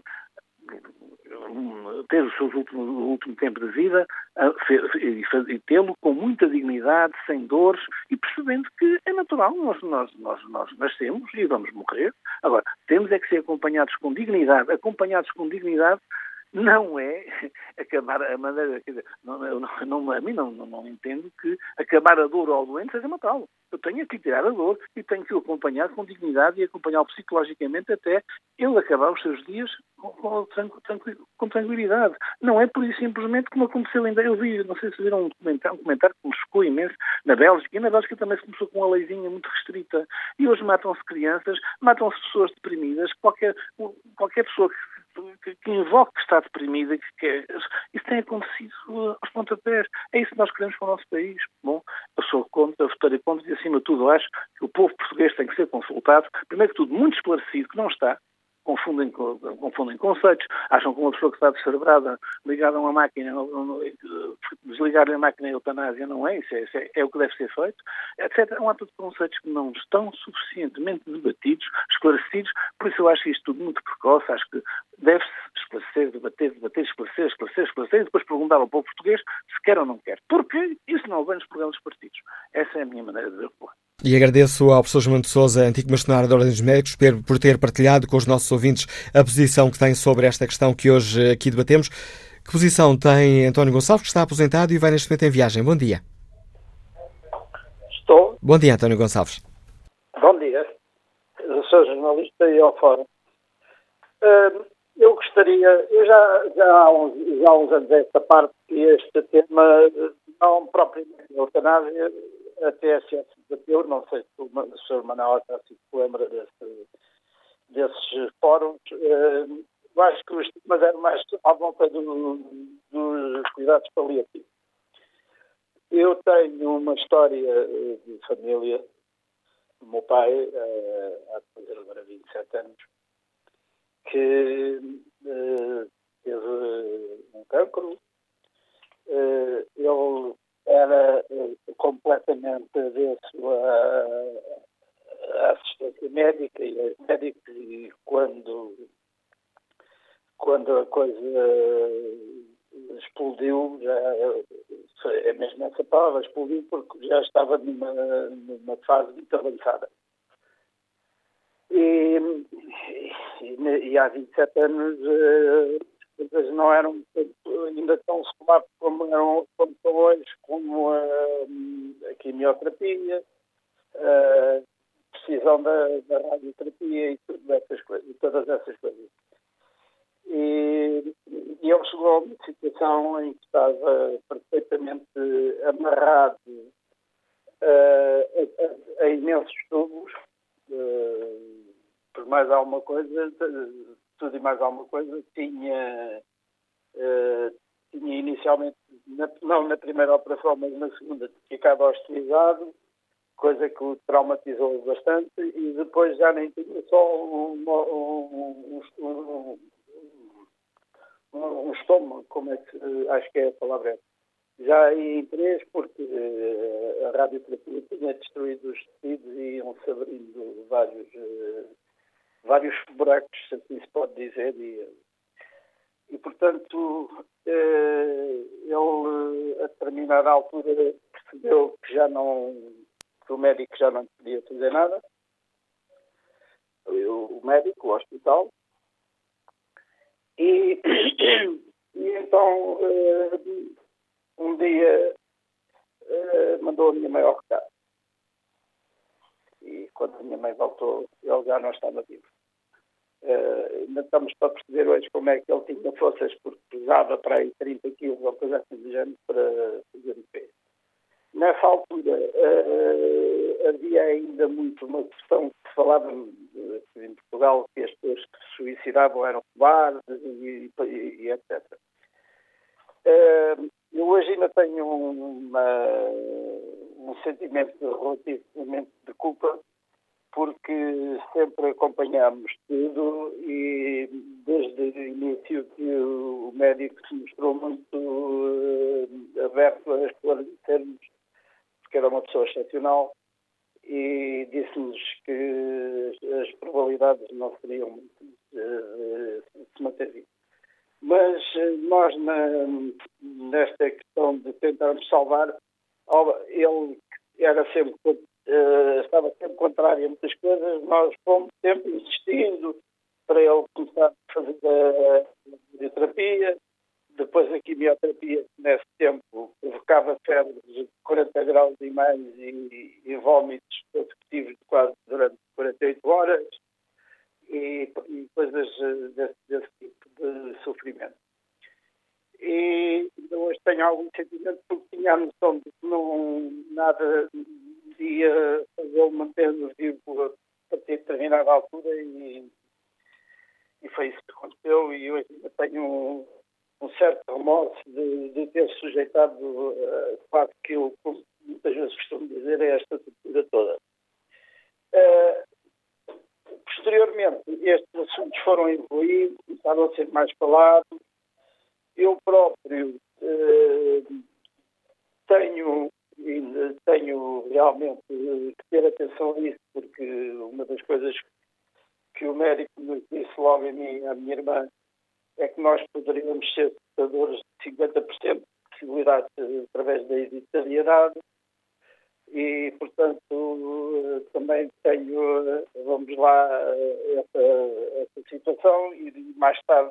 ter o último tempo de vida e tê-lo com muita dignidade, sem dores, e percebendo que é natural, nós nascemos e vamos morrer. Agora, temos é que ser acompanhados com dignidade. Acompanhados com dignidade não é acabar a maneira... Quer dizer, a mim não entendo que acabar a dor ao doente seja matá-lo. Eu tenho que tirar a dor e tenho que o acompanhar com dignidade e acompanhá-lo psicologicamente até ele acabar os seus dias com tranquilidade. Não é por isso simplesmente como aconteceu ainda. Eu vi, não sei se viram um comentário que me chocou imenso na Bélgica. E na Bélgica também se começou com uma leizinha muito restrita. E hoje matam-se crianças, matam-se pessoas deprimidas. Qualquer pessoa que invoque que está deprimida, isso tem acontecido aos pontapés. É isso que nós queremos para o nosso país. Bom, eu sou contra, votarei contra e, acima de tudo, acho que o povo português tem que ser consultado, primeiro que tudo, muito esclarecido, que não está, confundem conceitos, acham que uma pessoa que está descerebrada, ligada a uma máquina, desligar-lhe a máquina e a eutanásia não é, isso é o que deve ser feito, etc. É um ato de conceitos que não estão suficientemente debatidos, esclarecidos, por isso eu acho isto tudo muito precoce, acho que deve-se esclarecer, debater, esclarecer, e depois perguntar ao povo português se quer ou não quer. Porque isso não vem nos programas dos partidos. Essa é a minha maneira de ver o problema. E agradeço ao professor João de Sousa, antigo bastonário da Ordem dos Médicos, por ter partilhado com os nossos ouvintes a posição que tem sobre esta questão que hoje aqui debatemos. Que posição tem António Gonçalves, que está aposentado e vai neste momento em viagem? Bom dia. Estou. Bom dia, António Gonçalves. Bom dia. Eu sou jornalista e ao fórum. Eu gostaria, já há uns anos esta parte que este tema, não propriamente a eutanásia, a TSF debateu, não sei se o Sr. Manuel Acácio se lembra desses fóruns. Eu acho que os temas eram mais à volta dos cuidados paliativos. Eu tenho uma história de família. O meu pai, há de fazer agora 27 anos, que teve um cancro. Ele era completamente avesso à assistência médica e aos médicos, e quando a coisa explodiu, é mesmo essa palavra, explodiu, porque já estava numa fase muito avançada. E há 27 anos as coisas não eram ainda tão seculares como são hoje, como a quimioterapia, a precisão da radioterapia e todas essas coisas. E ele chegou a uma situação em que estava perfeitamente amarrado a imensos tubos, por mais alguma coisa, tudo e mais alguma coisa. Tinha inicialmente, não na primeira operação, mas na segunda, ficava hospitalizado, coisa que o traumatizou bastante, e depois já nem tinha só um estômago, como é que acho que é a palavra. Já em 3, porque a radioterapia tinha destruído os tecidos e iam-se abrindo vários buracos, se assim se pode dizer, e portanto ele a determinada altura percebeu que o médico já não podia fazer nada, o médico, o hospital, e então um dia mandou a minha mãe ao recado. E quando a minha mãe voltou, ele já não estava vivo. Ainda estamos para perceber hoje como é que ele tinha forças, porque pesava para aí 30 quilos ou coisa assim de género para fazer o pé. Nessa altura havia ainda muito uma questão que se falava em Portugal, que as pessoas que se suicidavam eram cobardes e etc. Eu hoje ainda tenho um sentimento relativamente de culpa, porque sempre acompanhámos tudo e desde o início que o médico se mostrou muito aberto a esclarecer-nos, porque era uma pessoa excepcional, e disse-nos que as probabilidades não seriam muito se manter vivo. Mas nós, nesta questão de tentarmos salvar, ele estava sempre contrário a muitas coisas. Nós fomos sempre insistindo para ele começar a fazer a radioterapia, depois a quimioterapia, que nesse tempo provocava febres de 40 graus e mais e vómitos consecutivos quase durante 48 horas e coisas desse tipo de sofrimento. E hoje tenho algum sentimento, porque tinha a noção de que nada ia fazê-lo manter-nos vivo a partir de determinada altura, e foi isso que aconteceu. E hoje ainda tenho um certo remorso de ter sujeitado quase que eu, como muitas vezes costumo dizer, a esta tortura toda. posteriormente, estes assuntos foram evoluindo, começaram a ser mais falados. Eu próprio tenho realmente que ter atenção a isso, porque uma das coisas que o médico nos disse logo a mim e à minha irmã é que nós poderíamos ser portadores de 50% de possibilidades através da hereditariedade e, portanto, também tenho, vamos lá, essa situação e mais tarde,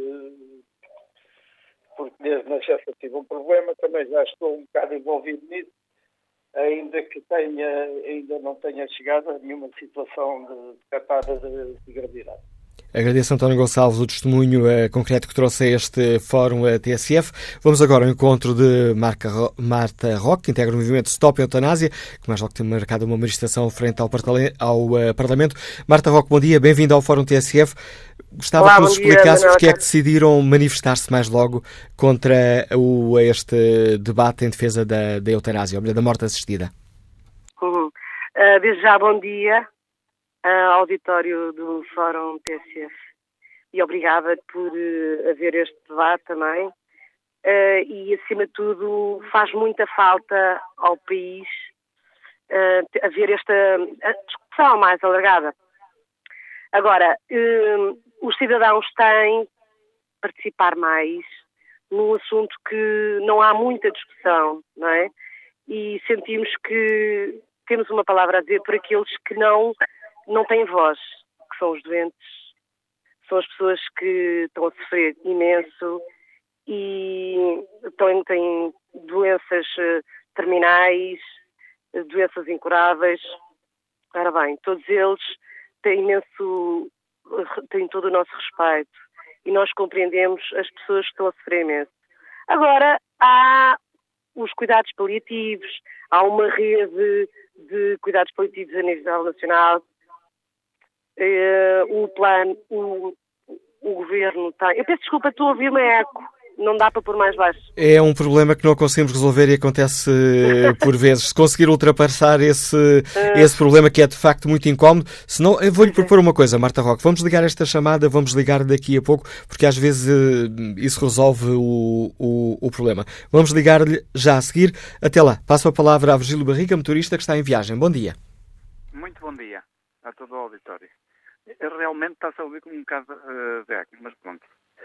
porque desde nascença tive um problema, também já estou um bocado envolvido nisso, ainda não tenha chegado a nenhuma situação tratada de gravidade. Agradeço, António Gonçalves, o testemunho concreto que trouxe a este Fórum TSF. Vamos agora ao encontro de Marta Roque, que integra o movimento Stop Eutanásia, que mais logo tem marcado uma manifestação frente ao Parlamento. Marta Roque, bom dia, bem-vinda ao Fórum TSF. Gostava que nos explicasse porque é que decidiram manifestar-se mais logo contra este debate em defesa da eutanásia, ou melhor, da morte assistida. Desde já, bom dia. Auditório do Fórum TSF e obrigada por haver este debate também e acima de tudo faz muita falta ao país haver esta discussão mais alargada. Agora, os cidadãos têm de participar mais num assunto que não há muita discussão, não é? E sentimos que temos uma palavra a dizer por aqueles que não têm voz, que são os doentes, são as pessoas que estão a sofrer imenso e têm doenças terminais, doenças incuráveis. Ora bem, todos eles têm todo o nosso respeito e nós compreendemos as pessoas que estão a sofrer imenso. Agora, há os cuidados paliativos, há uma rede de cuidados paliativos a nível nacional. O plano, o governo tem... Eu peço desculpa, estou a ouvir-me eco. Não dá para pôr mais baixo. É um problema que não conseguimos resolver e acontece por vezes. Se conseguir ultrapassar esse problema que é de facto muito incómodo, senão eu vou-lhe propor uma coisa, Marta Roque. Vamos ligar esta chamada, vamos ligar daqui a pouco, porque às vezes isso resolve o problema. Vamos ligar-lhe já a seguir. Até lá. Passo a palavra a Virgílio Barriga, motorista que está em viagem. Bom dia. Muito bom dia a todo o auditório. Realmente está-se a ouvir como um caso de eco, mas pronto.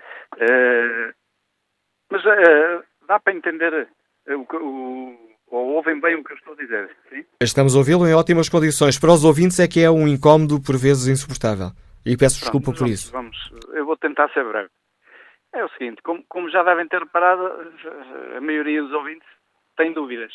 Mas dá para entender ou ouvem bem o que eu estou a dizer, sim? Estamos a ouvi-lo em ótimas condições. Para os ouvintes é que é um incómodo por vezes insuportável. E peço desculpa por isso. Eu vou tentar ser breve. É o seguinte, como já devem ter reparado, a maioria dos ouvintes tem dúvidas.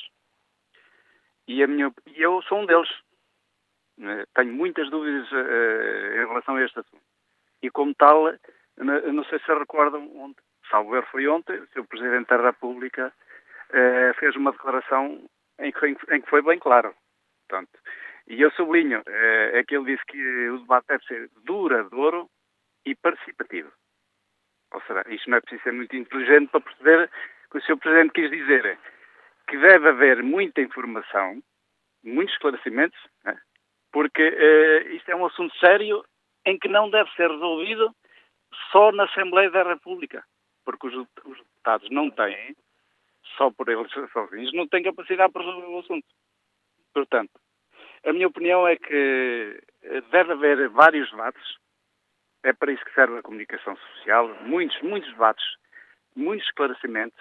E eu sou um deles. Tenho muitas dúvidas em relação a este assunto. E como tal, não sei se recordam, salvo erro foi ontem, o Sr. Presidente da República fez uma declaração em que foi bem claro. Portanto, e eu sublinho, é que ele disse que o debate deve ser duradouro e participativo. Ou seja, isto não é preciso ser muito inteligente para perceber que o Sr. Presidente quis dizer que deve haver muita informação, muitos esclarecimentos, né? Porque isto é um assunto sério em que não deve ser resolvido só na Assembleia da República, porque os deputados não têm, só por eles sozinhos, não têm capacidade para resolver o assunto. Portanto, a minha opinião é que deve haver vários debates, é para isso que serve a comunicação social, muitos debates, muitos esclarecimentos,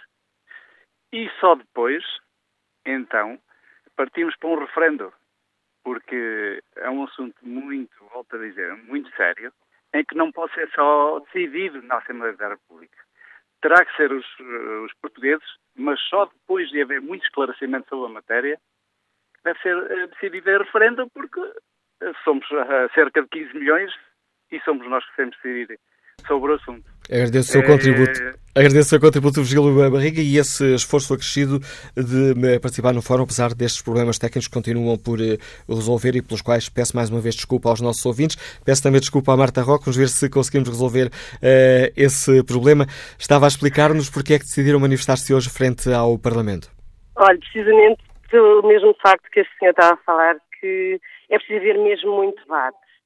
e só depois, então, partimos para um referendo, porque é um assunto muito, volto a dizer, muito sério, em que não pode ser só decidido na Assembleia da República. Terá que ser os portugueses, mas só depois de haver muito esclarecimento sobre a matéria, deve ser decidido em referendo, porque somos cerca de 15 milhões e somos nós que temos de decidir sobre o assunto. Agradeço o seu contributo. Agradeço o seu contributo, Virgílio Barriga, e esse esforço acrescido de participar no fórum, apesar destes problemas técnicos que continuam por resolver e pelos quais peço mais uma vez desculpa aos nossos ouvintes. Peço também desculpa à Marta Roque. Vamos ver se conseguimos resolver esse problema. Estava a explicar-nos porque é que decidiram manifestar-se hoje frente ao Parlamento. Olha, precisamente pelo mesmo facto que este senhor estava a falar, que é preciso haver mesmo muito debate.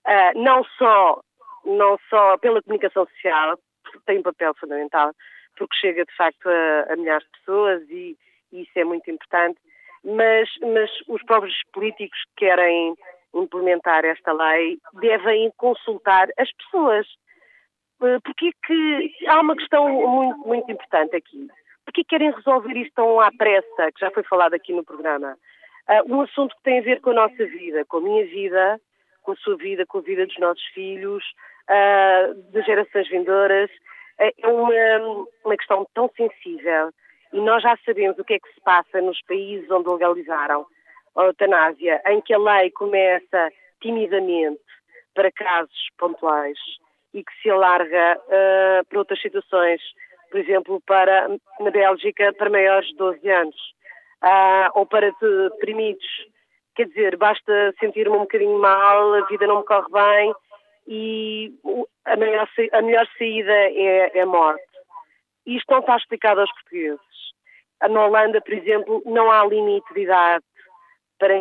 não só pela comunicação social, que tem um papel fundamental, porque chega de facto a milhares de pessoas e isso é muito importante, mas os próprios políticos que querem implementar esta lei devem consultar as pessoas. Porque que há uma questão muito, muito importante aqui. Porque querem resolver isto tão à pressa, que já foi falado aqui no programa? Um assunto que tem a ver com a nossa vida, com a minha vida, com a sua vida, com a vida dos nossos filhos, das gerações vindouras. É uma questão tão sensível e nós já sabemos o que é que se passa nos países onde legalizaram a eutanásia, em que a lei começa timidamente para casos pontuais e que se alarga para outras situações, por exemplo, na Bélgica, para maiores de 12 anos, ou para deprimidos. Quer dizer, basta sentir-me um bocadinho mal, a vida não me corre bem e a melhor saída é a morte. Isto não está explicado aos portugueses. Na Holanda, por exemplo, não há limite de idade para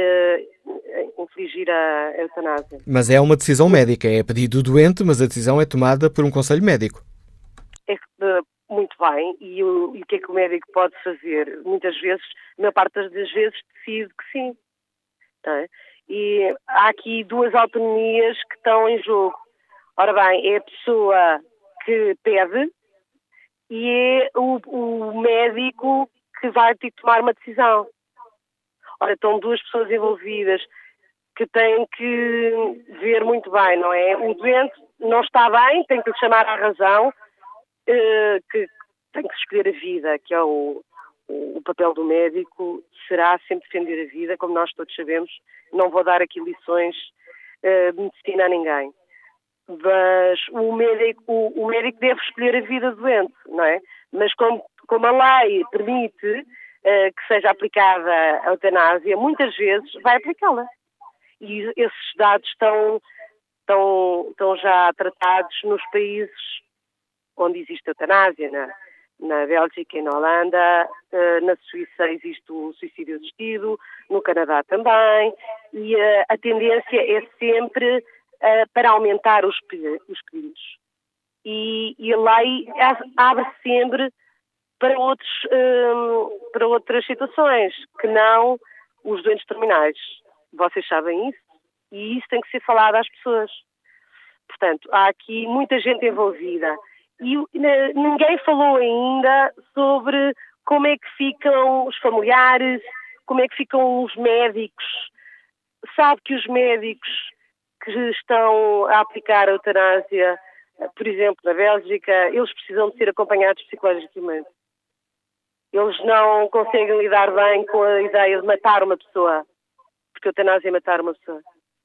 infligir a eutanásia. Mas é uma decisão médica, é pedido do doente, mas a decisão é tomada por um conselho médico. Muito bem, e o que é que o médico pode fazer? Muitas vezes, na maior parte das vezes, decide que sim. Tá? E há aqui duas autonomias que estão em jogo. Ora bem, é a pessoa que pede e é o médico que vai ter que tomar uma decisão. Ora, estão duas pessoas envolvidas que têm que ver muito bem, não é? O doente não está bem, tem que lhe chamar à razão, que tem que escolher a vida, que é o papel do médico, será sempre defender a vida, como nós todos sabemos. Não vou dar aqui lições de medicina a ninguém. Mas o médico deve escolher a vida do doente, não é? Mas como a lei permite que seja aplicada a eutanásia, muitas vezes vai aplicá-la. E esses dados estão já tratados nos países onde existe eutanásia, na Bélgica e na Holanda, na Suíça existe o suicídio assistido, no Canadá também, e a tendência é sempre para aumentar os pedidos. E a lei abre sempre para outras situações, que não os doentes terminais. Vocês sabem isso? E isso tem que ser falado às pessoas. Portanto, há aqui muita gente envolvida. E ninguém falou ainda sobre como é que ficam os familiares, como é que ficam os médicos. Sabe que os médicos que estão a aplicar a eutanásia, por exemplo, na Bélgica, eles precisam de ser acompanhados psicologicamente. Eles não conseguem lidar bem com a ideia de matar uma pessoa, porque a eutanásia é matar uma pessoa.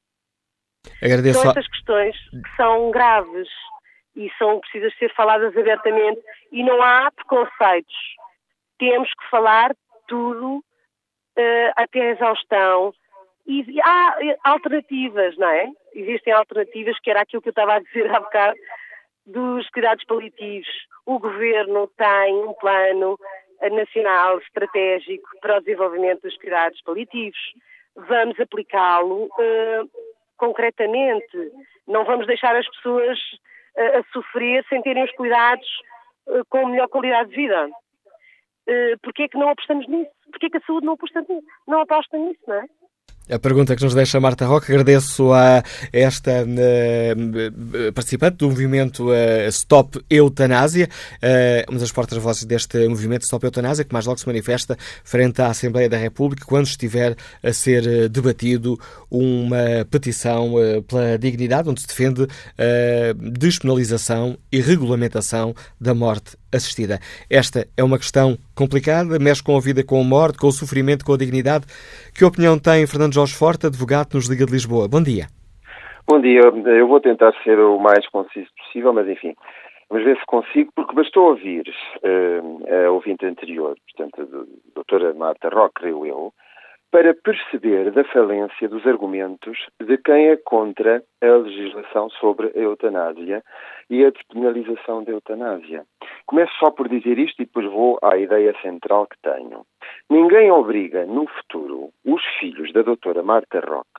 São estas questões que são graves e precisam ser faladas abertamente e não há preconceitos. Temos que falar tudo até a exaustão. E há alternativas, não é? Existem alternativas, que era aquilo que eu estava a dizer há bocado, dos cuidados paliativos. O Governo tem um plano nacional estratégico para o desenvolvimento dos cuidados paliativos. Vamos aplicá-lo concretamente. Não vamos deixar as pessoas a sofrer sem terem os cuidados com melhor qualidade de vida. Porquê é que não apostamos nisso? Porquê é que a saúde não aposta nisso, não é? A pergunta que nos deixa Marta Roque, agradeço a esta participante do movimento Stop Eutanásia, uma das portas-vozes deste movimento Stop Eutanásia, que mais logo se manifesta frente à Assembleia da República quando estiver a ser debatido uma petição pela dignidade, onde se defende a despenalização e regulamentação da morte assistida. Esta é uma questão complicada, mexe com a vida, com a morte, com o sofrimento, com a dignidade. Que opinião tem Fernando Jorge Forte, advogado que nos liga de Lisboa? Bom dia. Bom dia. Eu vou tentar ser o mais conciso possível, mas enfim, vamos ver se consigo, porque bastou ouvir a ouvinte anterior, portanto, a doutora Marta Roque, creio eu, para perceber da falência dos argumentos de quem é contra a legislação sobre a eutanásia e a despenalização da eutanásia. Começo só por dizer isto e depois vou à ideia central que tenho. Ninguém obriga, no futuro, os filhos da doutora Marta Roque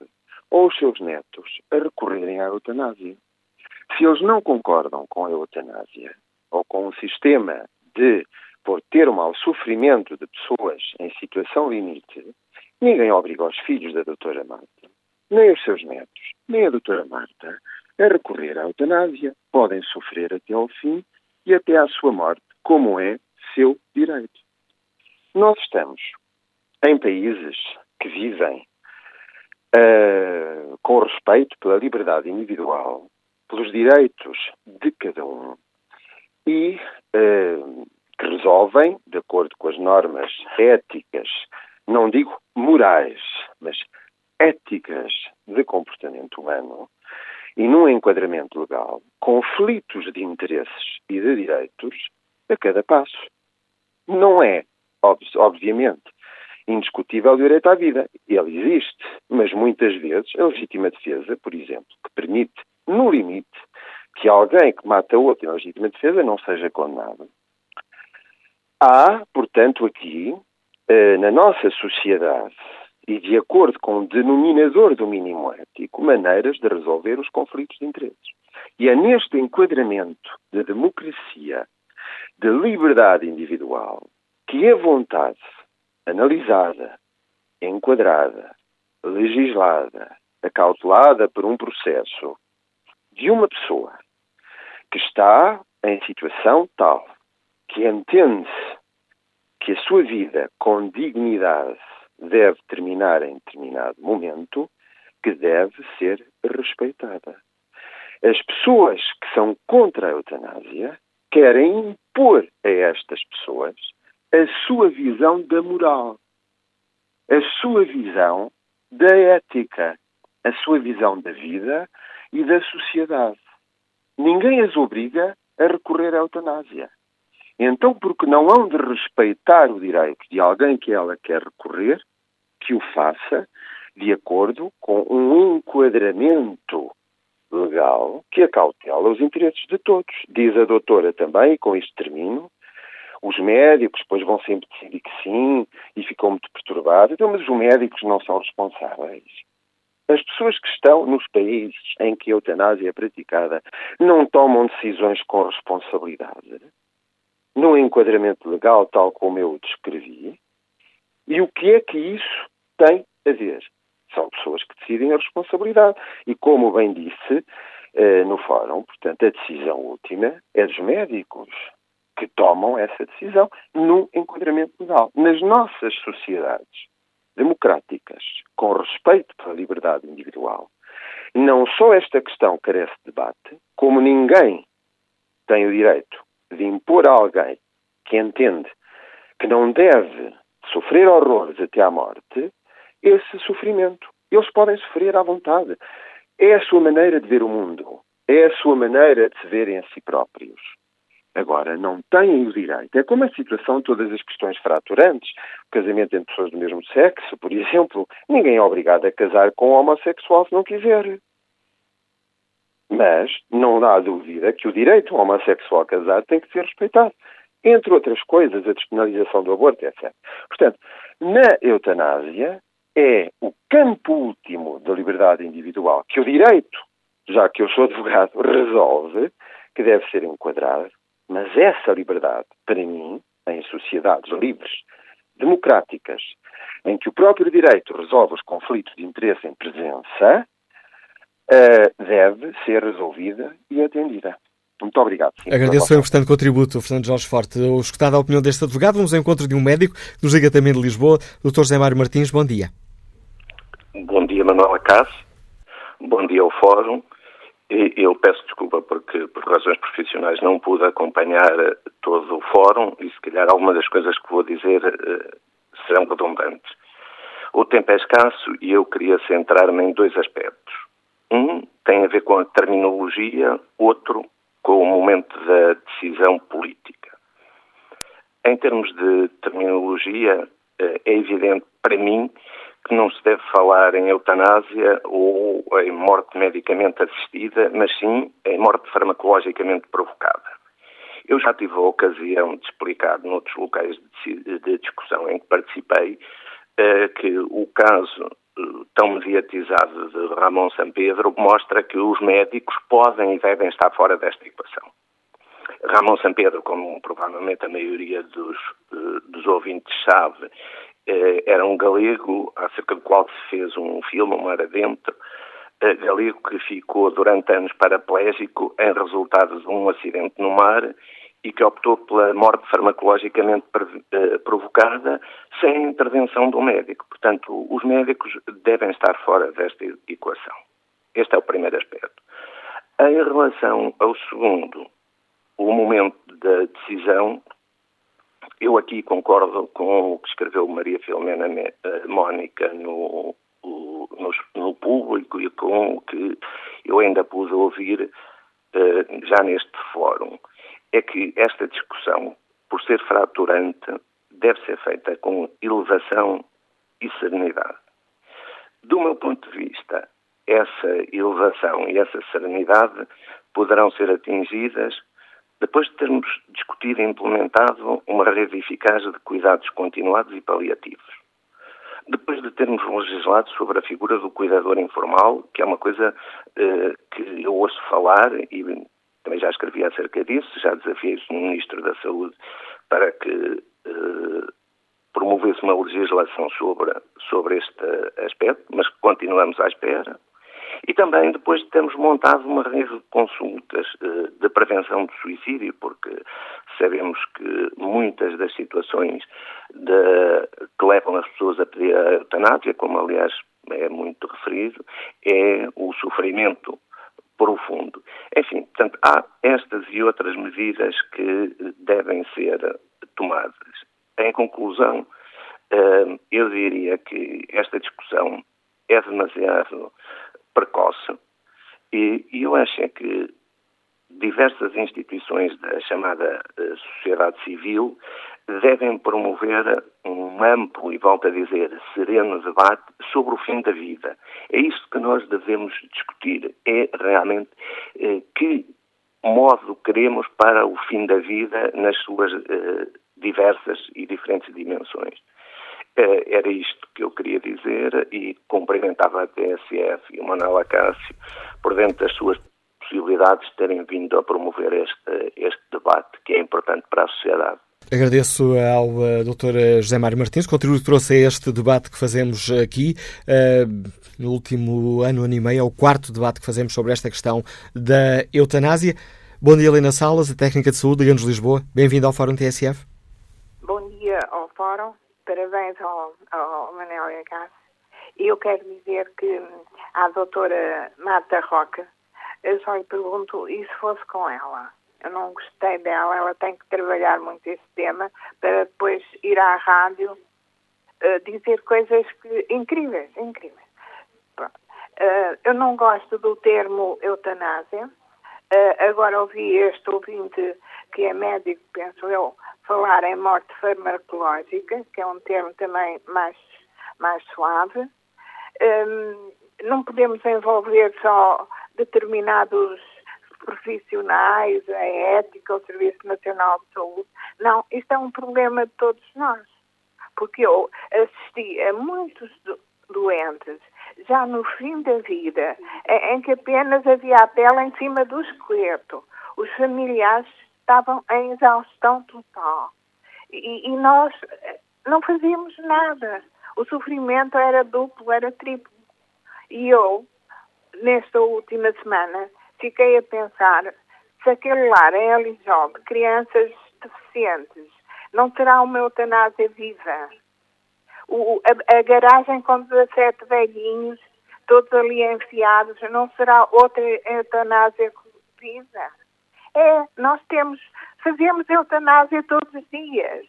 ou os seus netos a recorrerem à eutanásia. Se eles não concordam com a eutanásia ou com o sistema de pôr termo ao sofrimento de pessoas em situação limite, ninguém obriga os filhos da doutora Marta, nem os seus netos, nem a doutora Marta, a recorrer à eutanásia. Podem sofrer até ao fim e até à sua morte, como é seu direito. Nós estamos em países que vivem com respeito pela liberdade individual, pelos direitos de cada um e que resolvem, de acordo com as normas éticas, não digo morais, mas éticas de comportamento humano, e num enquadramento legal, conflitos de interesses e de direitos a cada passo. Não é, obviamente, indiscutível o direito à vida. Ele existe, mas muitas vezes a legítima defesa, por exemplo, que permite, no limite, que alguém que mata outro em legítima defesa não seja condenado. Há, portanto, aqui, na nossa sociedade, e de acordo com o denominador do mínimo ético, maneiras de resolver os conflitos de interesses. E é neste enquadramento de democracia, de liberdade individual, que a vontade analisada, enquadrada, legislada, acautelada por um processo de uma pessoa que está em situação tal que entende que a sua vida com dignidade deve terminar em determinado momento, que deve ser respeitada. As pessoas que são contra a eutanásia querem impor a estas pessoas a sua visão da moral, a sua visão da ética, a sua visão da vida e da sociedade. Ninguém as obriga a recorrer à eutanásia. Então, porque não hão de respeitar o direito de alguém que ela quer recorrer, que o faça de acordo com um enquadramento legal que acautela os interesses de todos. Diz a doutora também, e com isto termino, os médicos depois vão sempre decidir que sim e ficam muito perturbados. Então, mas os médicos não são responsáveis. As pessoas que estão nos países em que a eutanásia é praticada não tomam decisões com responsabilidade, no enquadramento legal tal como eu o descrevi. E o que é que isso tem a ver? São pessoas que decidem a responsabilidade. E como bem disse no fórum, portanto, a decisão última é dos médicos que tomam essa decisão num enquadramento legal. Nas nossas sociedades democráticas, com respeito pela liberdade individual, não só esta questão carece de debate, como ninguém tem o direito de impor a alguém que entende que não deve sofrer horrores até à morte, esse sofrimento. Eles podem sofrer à vontade. É a sua maneira de ver o mundo. É a sua maneira de se verem a si próprios. Agora, não têm o direito. É como a situação de todas as questões fraturantes. O casamento entre pessoas do mesmo sexo, por exemplo. Ninguém é obrigado a casar com um homossexual se não quiser. Mas não há dúvida que o direito ao homossexual a casar tem que ser respeitado. Entre outras coisas, a despenalização do aborto, etc. Portanto, na eutanásia é o campo último da liberdade individual que o direito, já que eu sou advogado, resolve que deve ser enquadrado. Mas essa liberdade, para mim, em sociedades livres, democráticas, em que o próprio direito resolve os conflitos de interesse em presença, deve ser resolvida e atendida. Muito obrigado. Sim, agradeço o importante contributo, Fernando Jorge Forte. Escutado a opinião deste advogado, vamos ao encontro de um médico que nos liga também de Lisboa, Dr. José Mário Martins. Bom dia. Bom dia, Manuela Cássio. Bom dia ao Fórum. Eu peço desculpa porque, por razões profissionais, não pude acompanhar todo o Fórum e, se calhar, algumas das coisas que vou dizer serão redundantes. O tempo é escasso e eu queria centrar-me em dois aspectos. Um tem a ver com a terminologia, outro com o momento da decisão política. Em termos de terminologia, é evidente para mim que não se deve falar em eutanásia ou em morte medicamente assistida, mas sim em morte farmacologicamente provocada. Eu já tive a ocasião de explicar noutros locais de discussão em que participei que o caso tão mediatizado de Ramon Sampedro mostra que os médicos podem e devem estar fora desta equação. Ramon Sampedro, como provavelmente a maioria dos ouvintes sabe, era um galego acerca do qual se fez um filme, O Mar Adentro, galego que ficou durante anos paraplégico em resultado de um acidente no mar e que optou pela morte farmacologicamente provocada sem intervenção do médico. Portanto, os médicos devem estar fora desta equação. Este é o primeiro aspecto. Em relação ao segundo, o momento da decisão, eu aqui concordo com o que escreveu Maria Filomena Mónica no público e com o que eu ainda pude ouvir já neste fórum. É que esta discussão, por ser fraturante, deve ser feita com elevação e serenidade. Do meu ponto de vista, essa elevação e essa serenidade poderão ser atingidas depois de termos discutido e implementado uma rede eficaz de cuidados continuados e paliativos. Depois de termos legislado sobre a figura do cuidador informal, que é uma coisa que eu ouço falar e também já escrevi acerca disso, já desafiei o Ministro da Saúde para que promovesse uma legislação sobre este aspecto, mas continuamos à espera. E também depois de termos montado uma rede de consultas de prevenção do suicídio, porque sabemos que muitas das situações que levam as pessoas a pedir a eutanásia, como aliás é muito referido, é o sofrimento profundo. Enfim, portanto, há estas e outras medidas que devem ser tomadas. Em conclusão, eu diria que esta discussão é demasiado precoce e eu acho que diversas instituições da chamada sociedade civil devem promover um amplo e, volto a dizer, sereno debate sobre o fim da vida. É isso que nós devemos discutir. É realmente que modo queremos para o fim da vida nas suas diversas e diferentes dimensões. Era isto que eu queria dizer e cumprimentava a TSF e o Manuel Acácio por dentro das suas possibilidades de terem vindo a promover este debate que é importante para a sociedade. Agradeço ao Dr. José Mário Martins o contributo que trouxe a este debate que fazemos aqui. No último ano e meio, é o quarto debate que fazemos sobre esta questão da eutanásia. Bom dia, Helena Salas, a técnica de saúde de Ganos Lisboa. Bem-vindo ao Fórum TSF. Bom dia ao Fórum. Parabéns ao Manuel Acácio. Eu quero dizer que à doutora Marta Roca, eu só lhe pergunto, e se fosse com ela? Eu não gostei dela, ela tem que trabalhar muito esse tema para depois ir à rádio dizer coisas incríveis. Eu não gosto do termo eutanásia. Agora ouvi este ouvinte que é médico, penso eu, falar em morte farmacológica, que é um termo também mais suave. Não podemos envolver só determinados profissionais, a ética, o Serviço Nacional de Saúde. Não, isto é um problema de todos nós. Porque eu assisti a muitos doentes, já no fim da vida, em que apenas havia a pele em cima do esqueleto. Os familiares estavam em exaustão total. E nós não fazíamos nada. O sofrimento era duplo, era triplo. E eu, nesta última semana, fiquei a pensar se aquele lar em Alijó de crianças deficientes não será uma eutanásia viva. A garagem com 17 velhinhos, todos ali enfiados, não será outra eutanásia viva? Nós fazemos eutanásia todos os dias.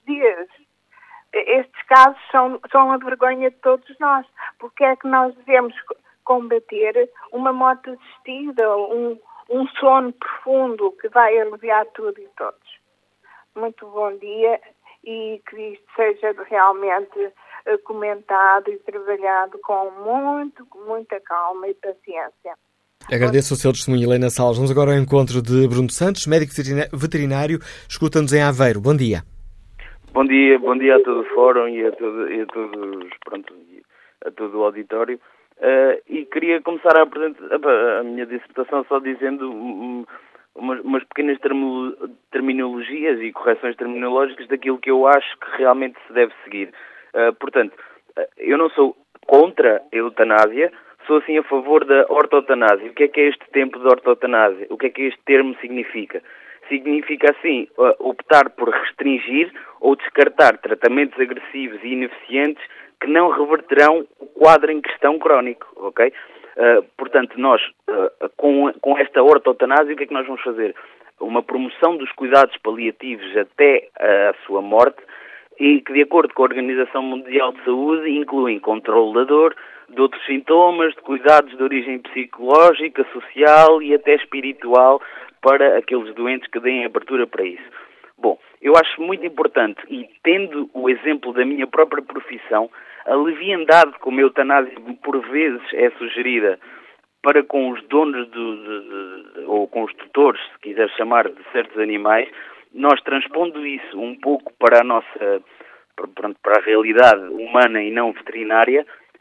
Estes casos são a vergonha de todos nós. Porque é que nós devemos combater uma morte assistida, um sono profundo que vai aliviar tudo e todos? Muito bom dia e que isto seja realmente comentado e trabalhado com muita calma e paciência. Agradeço o seu testemunho, Helena Salas. Vamos agora ao encontro de Bruno Santos, médico veterinário, escuta-nos em Aveiro. Bom dia. Bom dia a todo o fórum e a todos a todo o auditório. E queria começar a apresentar a minha dissertação só dizendo umas pequenas terminologias e correções terminológicas daquilo que eu acho que realmente se deve seguir. Portanto, eu não sou contra a eutanásia, sou assim a favor da ortotanásia. O que é este tempo de ortotanásia? O que é que este termo significa? Significa, assim, optar por restringir ou descartar tratamentos agressivos e ineficientes que não reverterão o quadro em questão crónico, ok? Portanto, nós, com esta ortotanásia, o que é que nós vamos fazer? Uma promoção dos cuidados paliativos até a sua morte e que, de acordo com a Organização Mundial de Saúde, incluem controle da dor, de outros sintomas, de cuidados de origem psicológica, social e até espiritual para aqueles doentes que deem abertura para isso. Bom, eu acho muito importante, e tendo o exemplo da minha própria profissão, a leviandade como a eutanásia por vezes é sugerida para com os donos ou com os tutores, se quiser chamar, de certos animais, nós transpondo isso um pouco para a nossa, para a realidade humana e não veterinária,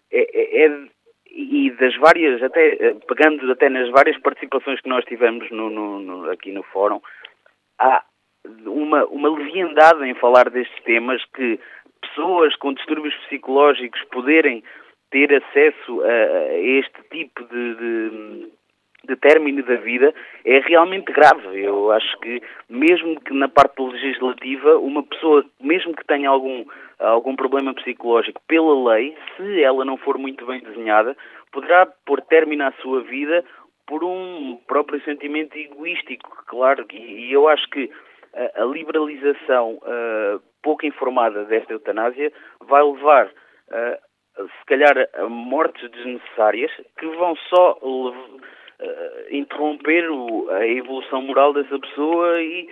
e das várias, até pegando até nas várias participações que nós tivemos aqui no fórum, há uma leviandade em falar destes temas, que pessoas com distúrbios psicológicos poderem ter acesso a este tipo de término da vida é realmente grave. Eu acho que, mesmo que na parte legislativa, uma pessoa, mesmo que tenha algum problema psicológico, pela lei, se ela não for muito bem desenhada, poderá pôr término à sua vida por um próprio sentimento egoístico, claro. E eu acho que a liberalização pouco informada desta eutanásia vai levar, se calhar, a mortes desnecessárias que vão só interromper a evolução moral dessa pessoa e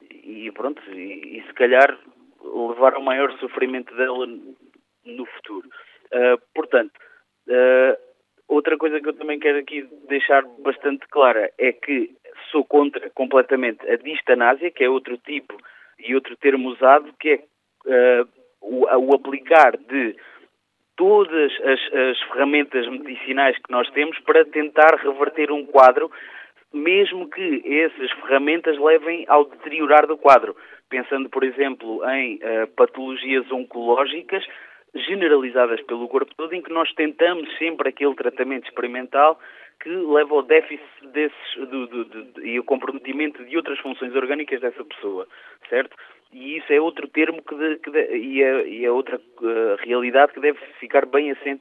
se calhar levar ao maior sofrimento dela no futuro. Portanto, outra coisa que eu também quero aqui deixar bastante clara é que sou contra completamente a distanásia, que é outro tipo e outro termo usado, que é o aplicar de todas as ferramentas medicinais que nós temos para tentar reverter um quadro, mesmo que essas ferramentas levem ao deteriorar do quadro. Pensando, por exemplo, em patologias oncológicas generalizadas pelo corpo todo, em que nós tentamos sempre aquele tratamento experimental que leva ao déficit e ao comprometimento de outras funções orgânicas dessa pessoa, certo? E isso é outro termo e é outra realidade que deve ficar bem assente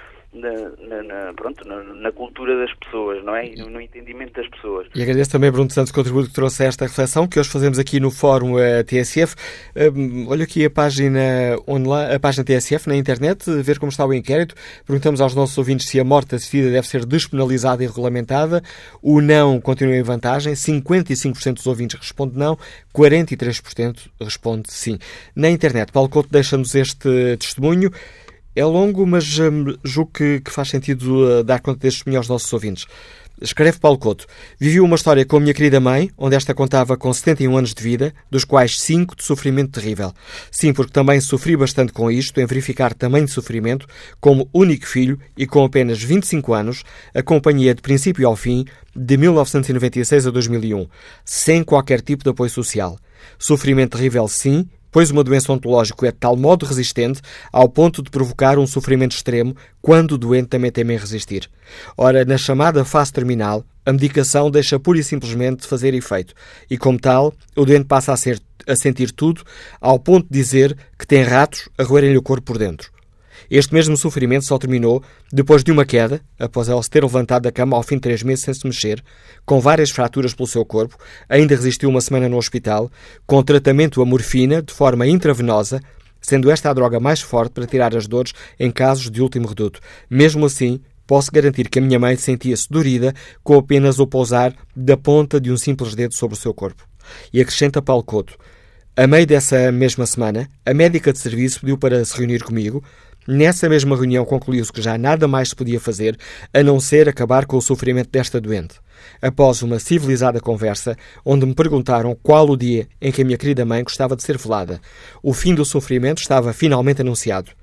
na cultura das pessoas, não é? E no entendimento das pessoas. E agradeço também, Bruno Santos, o contributo que trouxe a esta reflexão que hoje fazemos aqui no Fórum TSF. Olho aqui a página online, a página TSF na internet, ver como está o inquérito. Perguntamos aos nossos ouvintes se a morte assistida deve ser despenalizada e regulamentada. O não continua em vantagem. 55% dos ouvintes responde não, 43% responde sim. Na internet, Paulo Couto deixa-nos este testemunho. É longo, mas julgo que faz sentido dar conta deste testemunho aos nossos ouvintes. Escreve Paulo Couto: vivi uma história com a minha querida mãe, onde esta contava com 71 anos de vida, dos quais 5 de sofrimento terrível. Sim, porque também sofri bastante com isto, em verificar tamanho de sofrimento, como único filho e com apenas 25 anos, acompanhei de princípio ao fim, de 1996 a 2001, sem qualquer tipo de apoio social. Sofrimento terrível, sim, pois uma doença ontológica é de tal modo resistente ao ponto de provocar um sofrimento extremo quando o doente também teme em resistir. Ora, na chamada fase terminal, a medicação deixa pura e simplesmente de fazer efeito e, como tal, o doente passa a sentir tudo ao ponto de dizer que tem ratos a roerem-lhe o corpo por dentro. Este mesmo sofrimento só terminou depois de uma queda, após ela se ter levantado da cama ao fim de 3 meses sem se mexer, com várias fraturas pelo seu corpo, ainda resistiu uma semana no hospital, com tratamento a morfina de forma intravenosa, sendo esta a droga mais forte para tirar as dores em casos de último reduto. Mesmo assim, posso garantir que a minha mãe sentia-se dorida com apenas o pousar da ponta de um simples dedo sobre o seu corpo. E acrescenta Paulo Couto: a meio dessa mesma semana, a médica de serviço pediu para se reunir comigo. Nessa mesma reunião concluiu-se que já nada mais se podia fazer a não ser acabar com o sofrimento desta doente. Após uma civilizada conversa, onde me perguntaram qual o dia em que a minha querida mãe gostava de ser velada, o fim do sofrimento estava finalmente anunciado.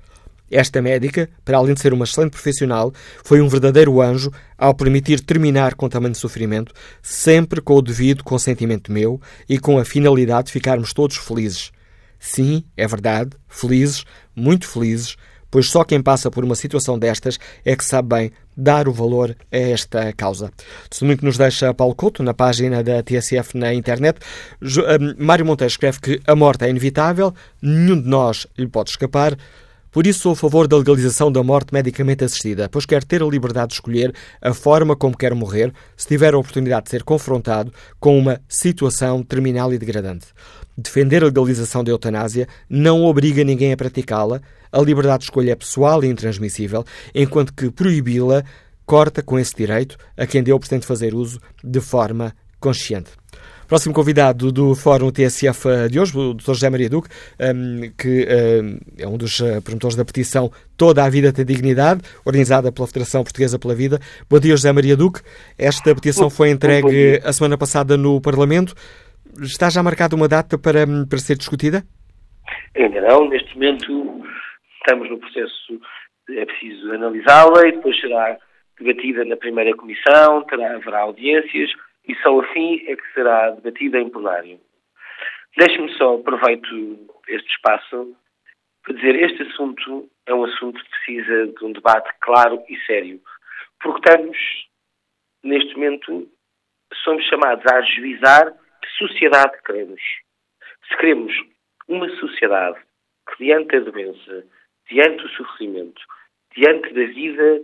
Esta médica, para além de ser uma excelente profissional, foi um verdadeiro anjo ao permitir terminar com tamanho sofrimento, sempre com o devido consentimento meu e com a finalidade de ficarmos todos felizes. Sim, é verdade, felizes, muito felizes, pois só quem passa por uma situação destas é que sabe bem dar o valor a esta causa. Testemunho que nos deixa Paulo Couto, na página da TSF na internet. Mário Monteiro escreve que a morte é inevitável, nenhum de nós lhe pode escapar. Por isso sou a favor da legalização da morte medicamente assistida, pois quero ter a liberdade de escolher a forma como quero morrer, se tiver a oportunidade de ser confrontado com uma situação terminal e degradante. Defender a legalização da eutanásia não obriga ninguém a praticá-la, a liberdade de escolha é pessoal e intransmissível, enquanto que proibi-la corta com esse direito a quem dele pretende fazer uso de forma consciente. Próximo convidado do Fórum TSF de hoje, o Dr. José Maria Duque, que é um dos promotores da petição Toda a Vida tem Dignidade, organizada pela Federação Portuguesa pela Vida. Bom dia, José Maria Duque. Esta petição foi entregue a semana passada no Parlamento. Está já marcada uma data para ser discutida? Ainda não. Neste momento estamos no processo, é preciso analisá-la e depois será debatida na primeira comissão, haverá audiências, e só assim é que será debatida em plenário. Deixe-me só, aproveito este espaço, para dizer que este assunto é um assunto que precisa de um debate claro e sério. Porque estamos, neste momento, somos chamados a ajuizar que sociedade queremos. Se queremos uma sociedade que, diante da doença, diante do sofrimento, diante da vida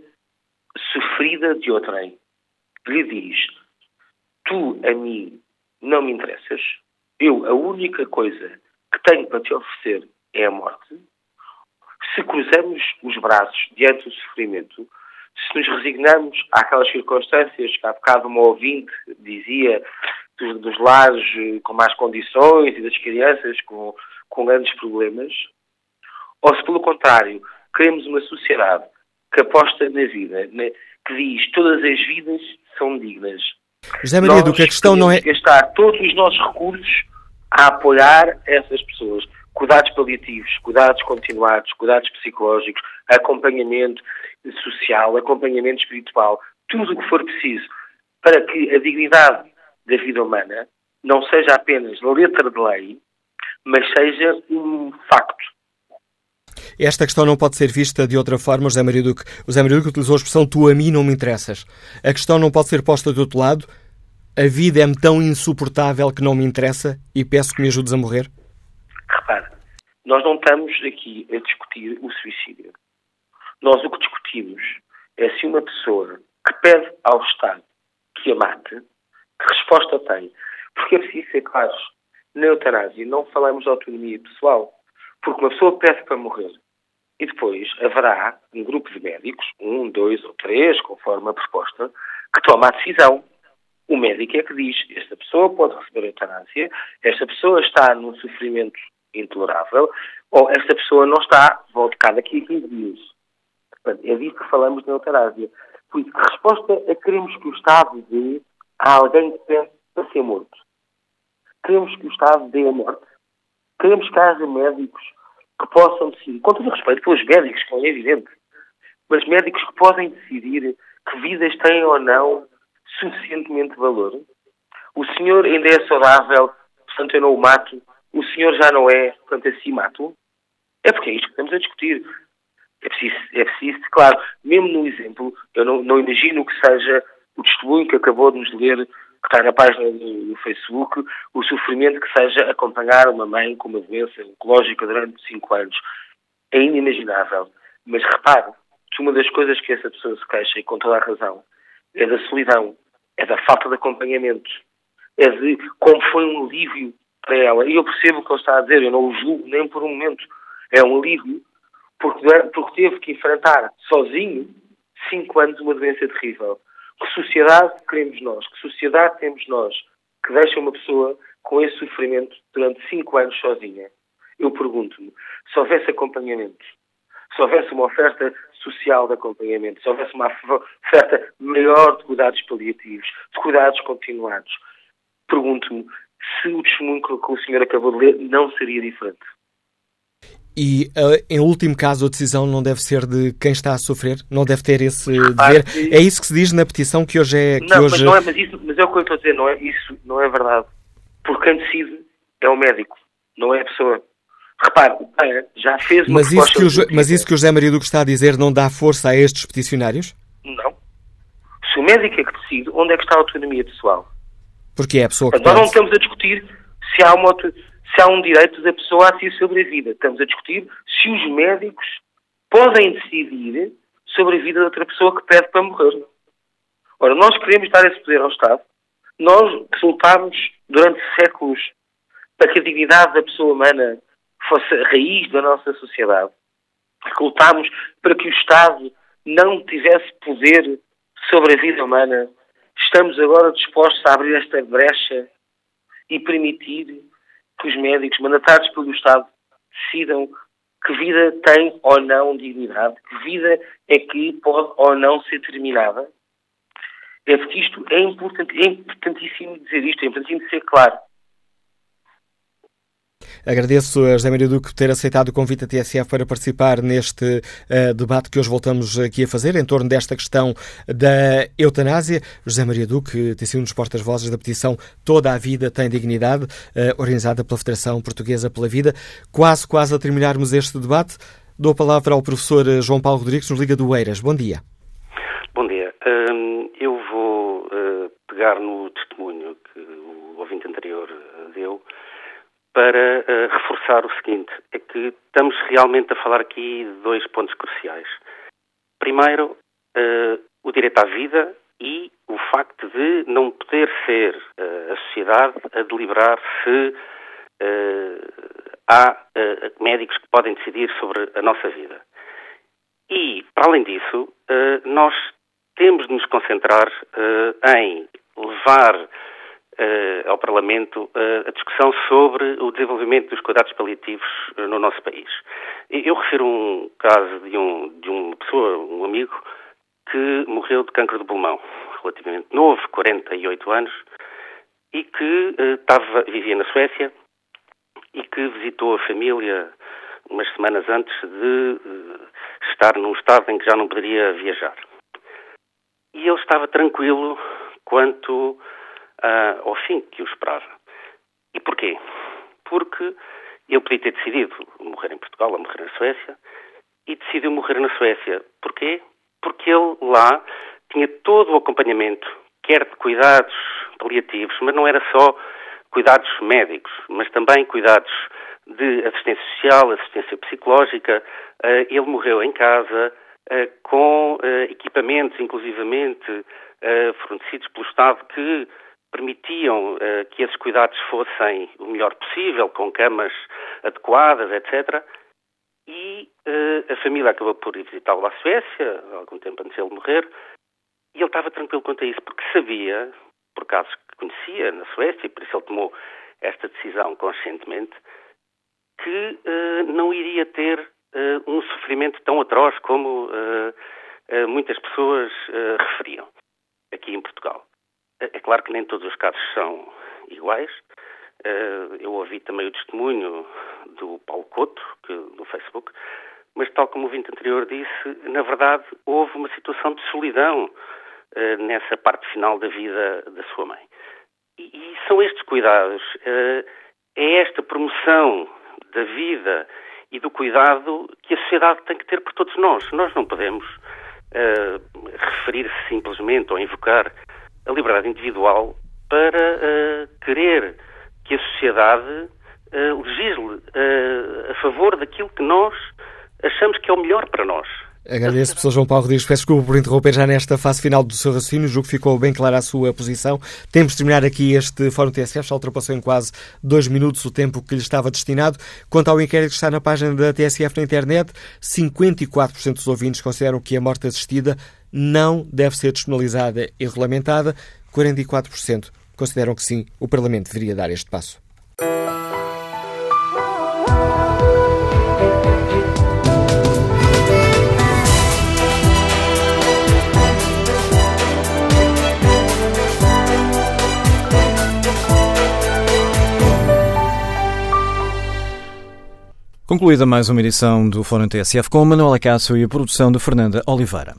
sofrida de outrem, lhe diz: tu a mim não me interessas, eu a única coisa que tenho para te oferecer é a morte. Se cruzamos os braços diante do sofrimento, se nos resignamos àquelas circunstâncias que há bocado uma ouvinte dizia, dos lares com más condições e das crianças com grandes problemas, ou se pelo contrário queremos uma sociedade que aposta na vida, que diz todas as vidas são dignas. José Maria Duque, a questão não é gastar todos os nossos recursos a apoiar essas pessoas. Cuidados paliativos, cuidados continuados, cuidados psicológicos, acompanhamento social, acompanhamento espiritual, tudo o que for preciso para que a dignidade da vida humana não seja apenas letra de lei, mas seja um facto. Esta questão não pode ser vista de outra forma, José Maria Duque. O José Maria Duque utilizou a expressão tu a mim não me interessas. A questão não pode ser posta do outro lado. A vida é-me tão insuportável que não me interessa e peço que me ajudes a morrer? Repara, nós não estamos aqui a discutir o suicídio. Nós o que discutimos é se uma pessoa que pede ao Estado que a mate, que resposta tem. Porque é preciso ser claros. Na eutanásia não falamos de autonomia pessoal. Porque uma pessoa pede para morrer. E depois haverá um grupo de médicos, 1, 2 ou 3, conforme a proposta, que toma a decisão. O médico é que diz: esta pessoa pode receber a eutanásia, esta pessoa está num sofrimento intolerável, ou esta pessoa não está, volte cá daqui a 15 dias. Portanto, é disso que falamos na eutanásia. Por isso, que resposta é que queremos que o Estado dê a alguém que pede para ser morto? Queremos que o Estado dê a morte? Queremos que haja médicos que possam decidir, com todo o respeito pelos médicos, que é evidente, mas médicos que podem decidir que vidas têm ou não suficientemente valor. O senhor ainda é saudável, portanto eu não o mato. O senhor já não é, portanto assim mato. É porque é isto que estamos a discutir. É preciso, claro, mesmo no exemplo, eu não imagino que seja o testemunho que acabou de nos ler, que está na página do Facebook, o sofrimento que seja acompanhar uma mãe com uma doença oncológica durante 5 anos. É inimaginável. Mas repare que uma das coisas que essa pessoa se queixa, e com toda a razão, é da solidão, é da falta de acompanhamento, é de como foi um alívio para ela. E eu percebo o que ele está a dizer, eu não o julgo nem por um momento. É um alívio porque teve que enfrentar sozinho 5 anos uma doença terrível. Que sociedade queremos nós? Que sociedade temos nós que deixa uma pessoa com esse sofrimento durante 5 anos sozinha? Eu pergunto-me, se houvesse acompanhamento, se houvesse uma oferta social de acompanhamento, se houvesse uma oferta maior de cuidados paliativos, de cuidados continuados, pergunto-me se o testemunho que o senhor acabou de ler não seria diferente. E, em último caso, a decisão não deve ser de quem está a sofrer? Não deve ter esse dever? É isso que se diz na petição que hoje é... Mas é o que eu estou a dizer, isso não é verdade. Porque quem decide é o médico, não é a pessoa. Repare, já fez uma proposta... Mas isso que o José Maria Duque está a dizer não dá força a estes peticionários? Não. Se o médico é que decide, onde é que está a autonomia pessoal? Porque é a pessoa que nós não estamos a discutir se há um direito da pessoa a si sobre a vida. Estamos a discutir se os médicos podem decidir sobre a vida de outra pessoa que pede para morrer. Ora, nós queremos dar esse poder ao Estado. Nós lutámos durante séculos para que a dignidade da pessoa humana fosse a raiz da nossa sociedade. Lutámos para que o Estado não tivesse poder sobre a vida humana. Estamos agora dispostos a abrir esta brecha e permitir que os médicos, mandatados pelo Estado, decidam que vida tem ou não dignidade, que vida é que pode ou não ser terminada. É porque isto é importantíssimo dizer isto, é importantíssimo ser claro. Agradeço a José Maria Duque por ter aceitado o convite da TSF para participar neste debate que hoje voltamos aqui a fazer em torno desta questão da eutanásia. José Maria Duque tem sido um dos portas-vozes da petição Toda a Vida Tem Dignidade, organizada pela Federação Portuguesa pela Vida. Quase a terminarmos este debate, dou a palavra ao professor João Paulo Rodrigues, nos Liga do Eiras. Bom dia. Bom dia. Eu vou pegar no testemunho que o ouvinte anterior deu para reforçar o seguinte, é que estamos realmente a falar aqui de dois pontos cruciais. Primeiro, o direito à vida e o facto de não poder ser a sociedade a deliberar se há médicos que podem decidir sobre a nossa vida. E, para além disso, nós temos de nos concentrar em levar ao Parlamento a discussão sobre o desenvolvimento dos cuidados paliativos no nosso país. Eu refiro um caso de uma pessoa, um amigo, que morreu de cancro de pulmão, relativamente novo, 48 anos, e que vivia na Suécia e que visitou a família umas semanas antes de estar num estado em que já não poderia viajar. E ele estava tranquilo quanto ao fim que o esperava. E porquê? Porque ele podia ter decidido morrer em Portugal ou morrer na Suécia e decidiu morrer na Suécia. Porquê? Porque ele lá tinha todo o acompanhamento, quer de cuidados paliativos, mas não era só cuidados médicos, mas também cuidados de assistência social, assistência psicológica. Ele morreu em casa com equipamentos, inclusivamente, fornecidos pelo Estado que permitiam que esses cuidados fossem o melhor possível, com camas adequadas, etc. E a família acabou por ir visitá-lo à Suécia, algum tempo antes de ele morrer, e ele estava tranquilo quanto a isso, porque sabia, por casos que conhecia na Suécia, e por isso ele tomou esta decisão conscientemente, que não iria ter um sofrimento tão atroz como muitas pessoas referiam aqui em Portugal. É claro que nem todos os casos são iguais. Eu ouvi também o testemunho do Paulo Couto, no Facebook, mas tal como o ouvinte anterior disse, na verdade houve uma situação de solidão nessa parte final da vida da sua mãe. E são estes cuidados, é esta promoção da vida e do cuidado que a sociedade tem que ter por todos nós. Nós não podemos referir-se simplesmente ou invocar a liberdade individual para querer que a sociedade legisle a favor daquilo que nós achamos que é o melhor para nós. Agradeço, professor João Paulo Rodrigues. Peço desculpa por interromper já nesta fase final do seu raciocínio. Julgo que ficou bem clara a sua posição. Temos de terminar aqui este Fórum TSF. Já ultrapassou em quase 2 minutos o tempo que lhe estava destinado. Quanto ao inquérito que está na página da TSF na internet, 54% dos ouvintes consideram que a morte assistida não deve ser despenalizada e regulamentada. 44% consideram que sim, o Parlamento deveria dar este passo. Concluída mais uma edição do Fórum TSF com a Manuela Cássio e a produção de Fernanda Oliveira.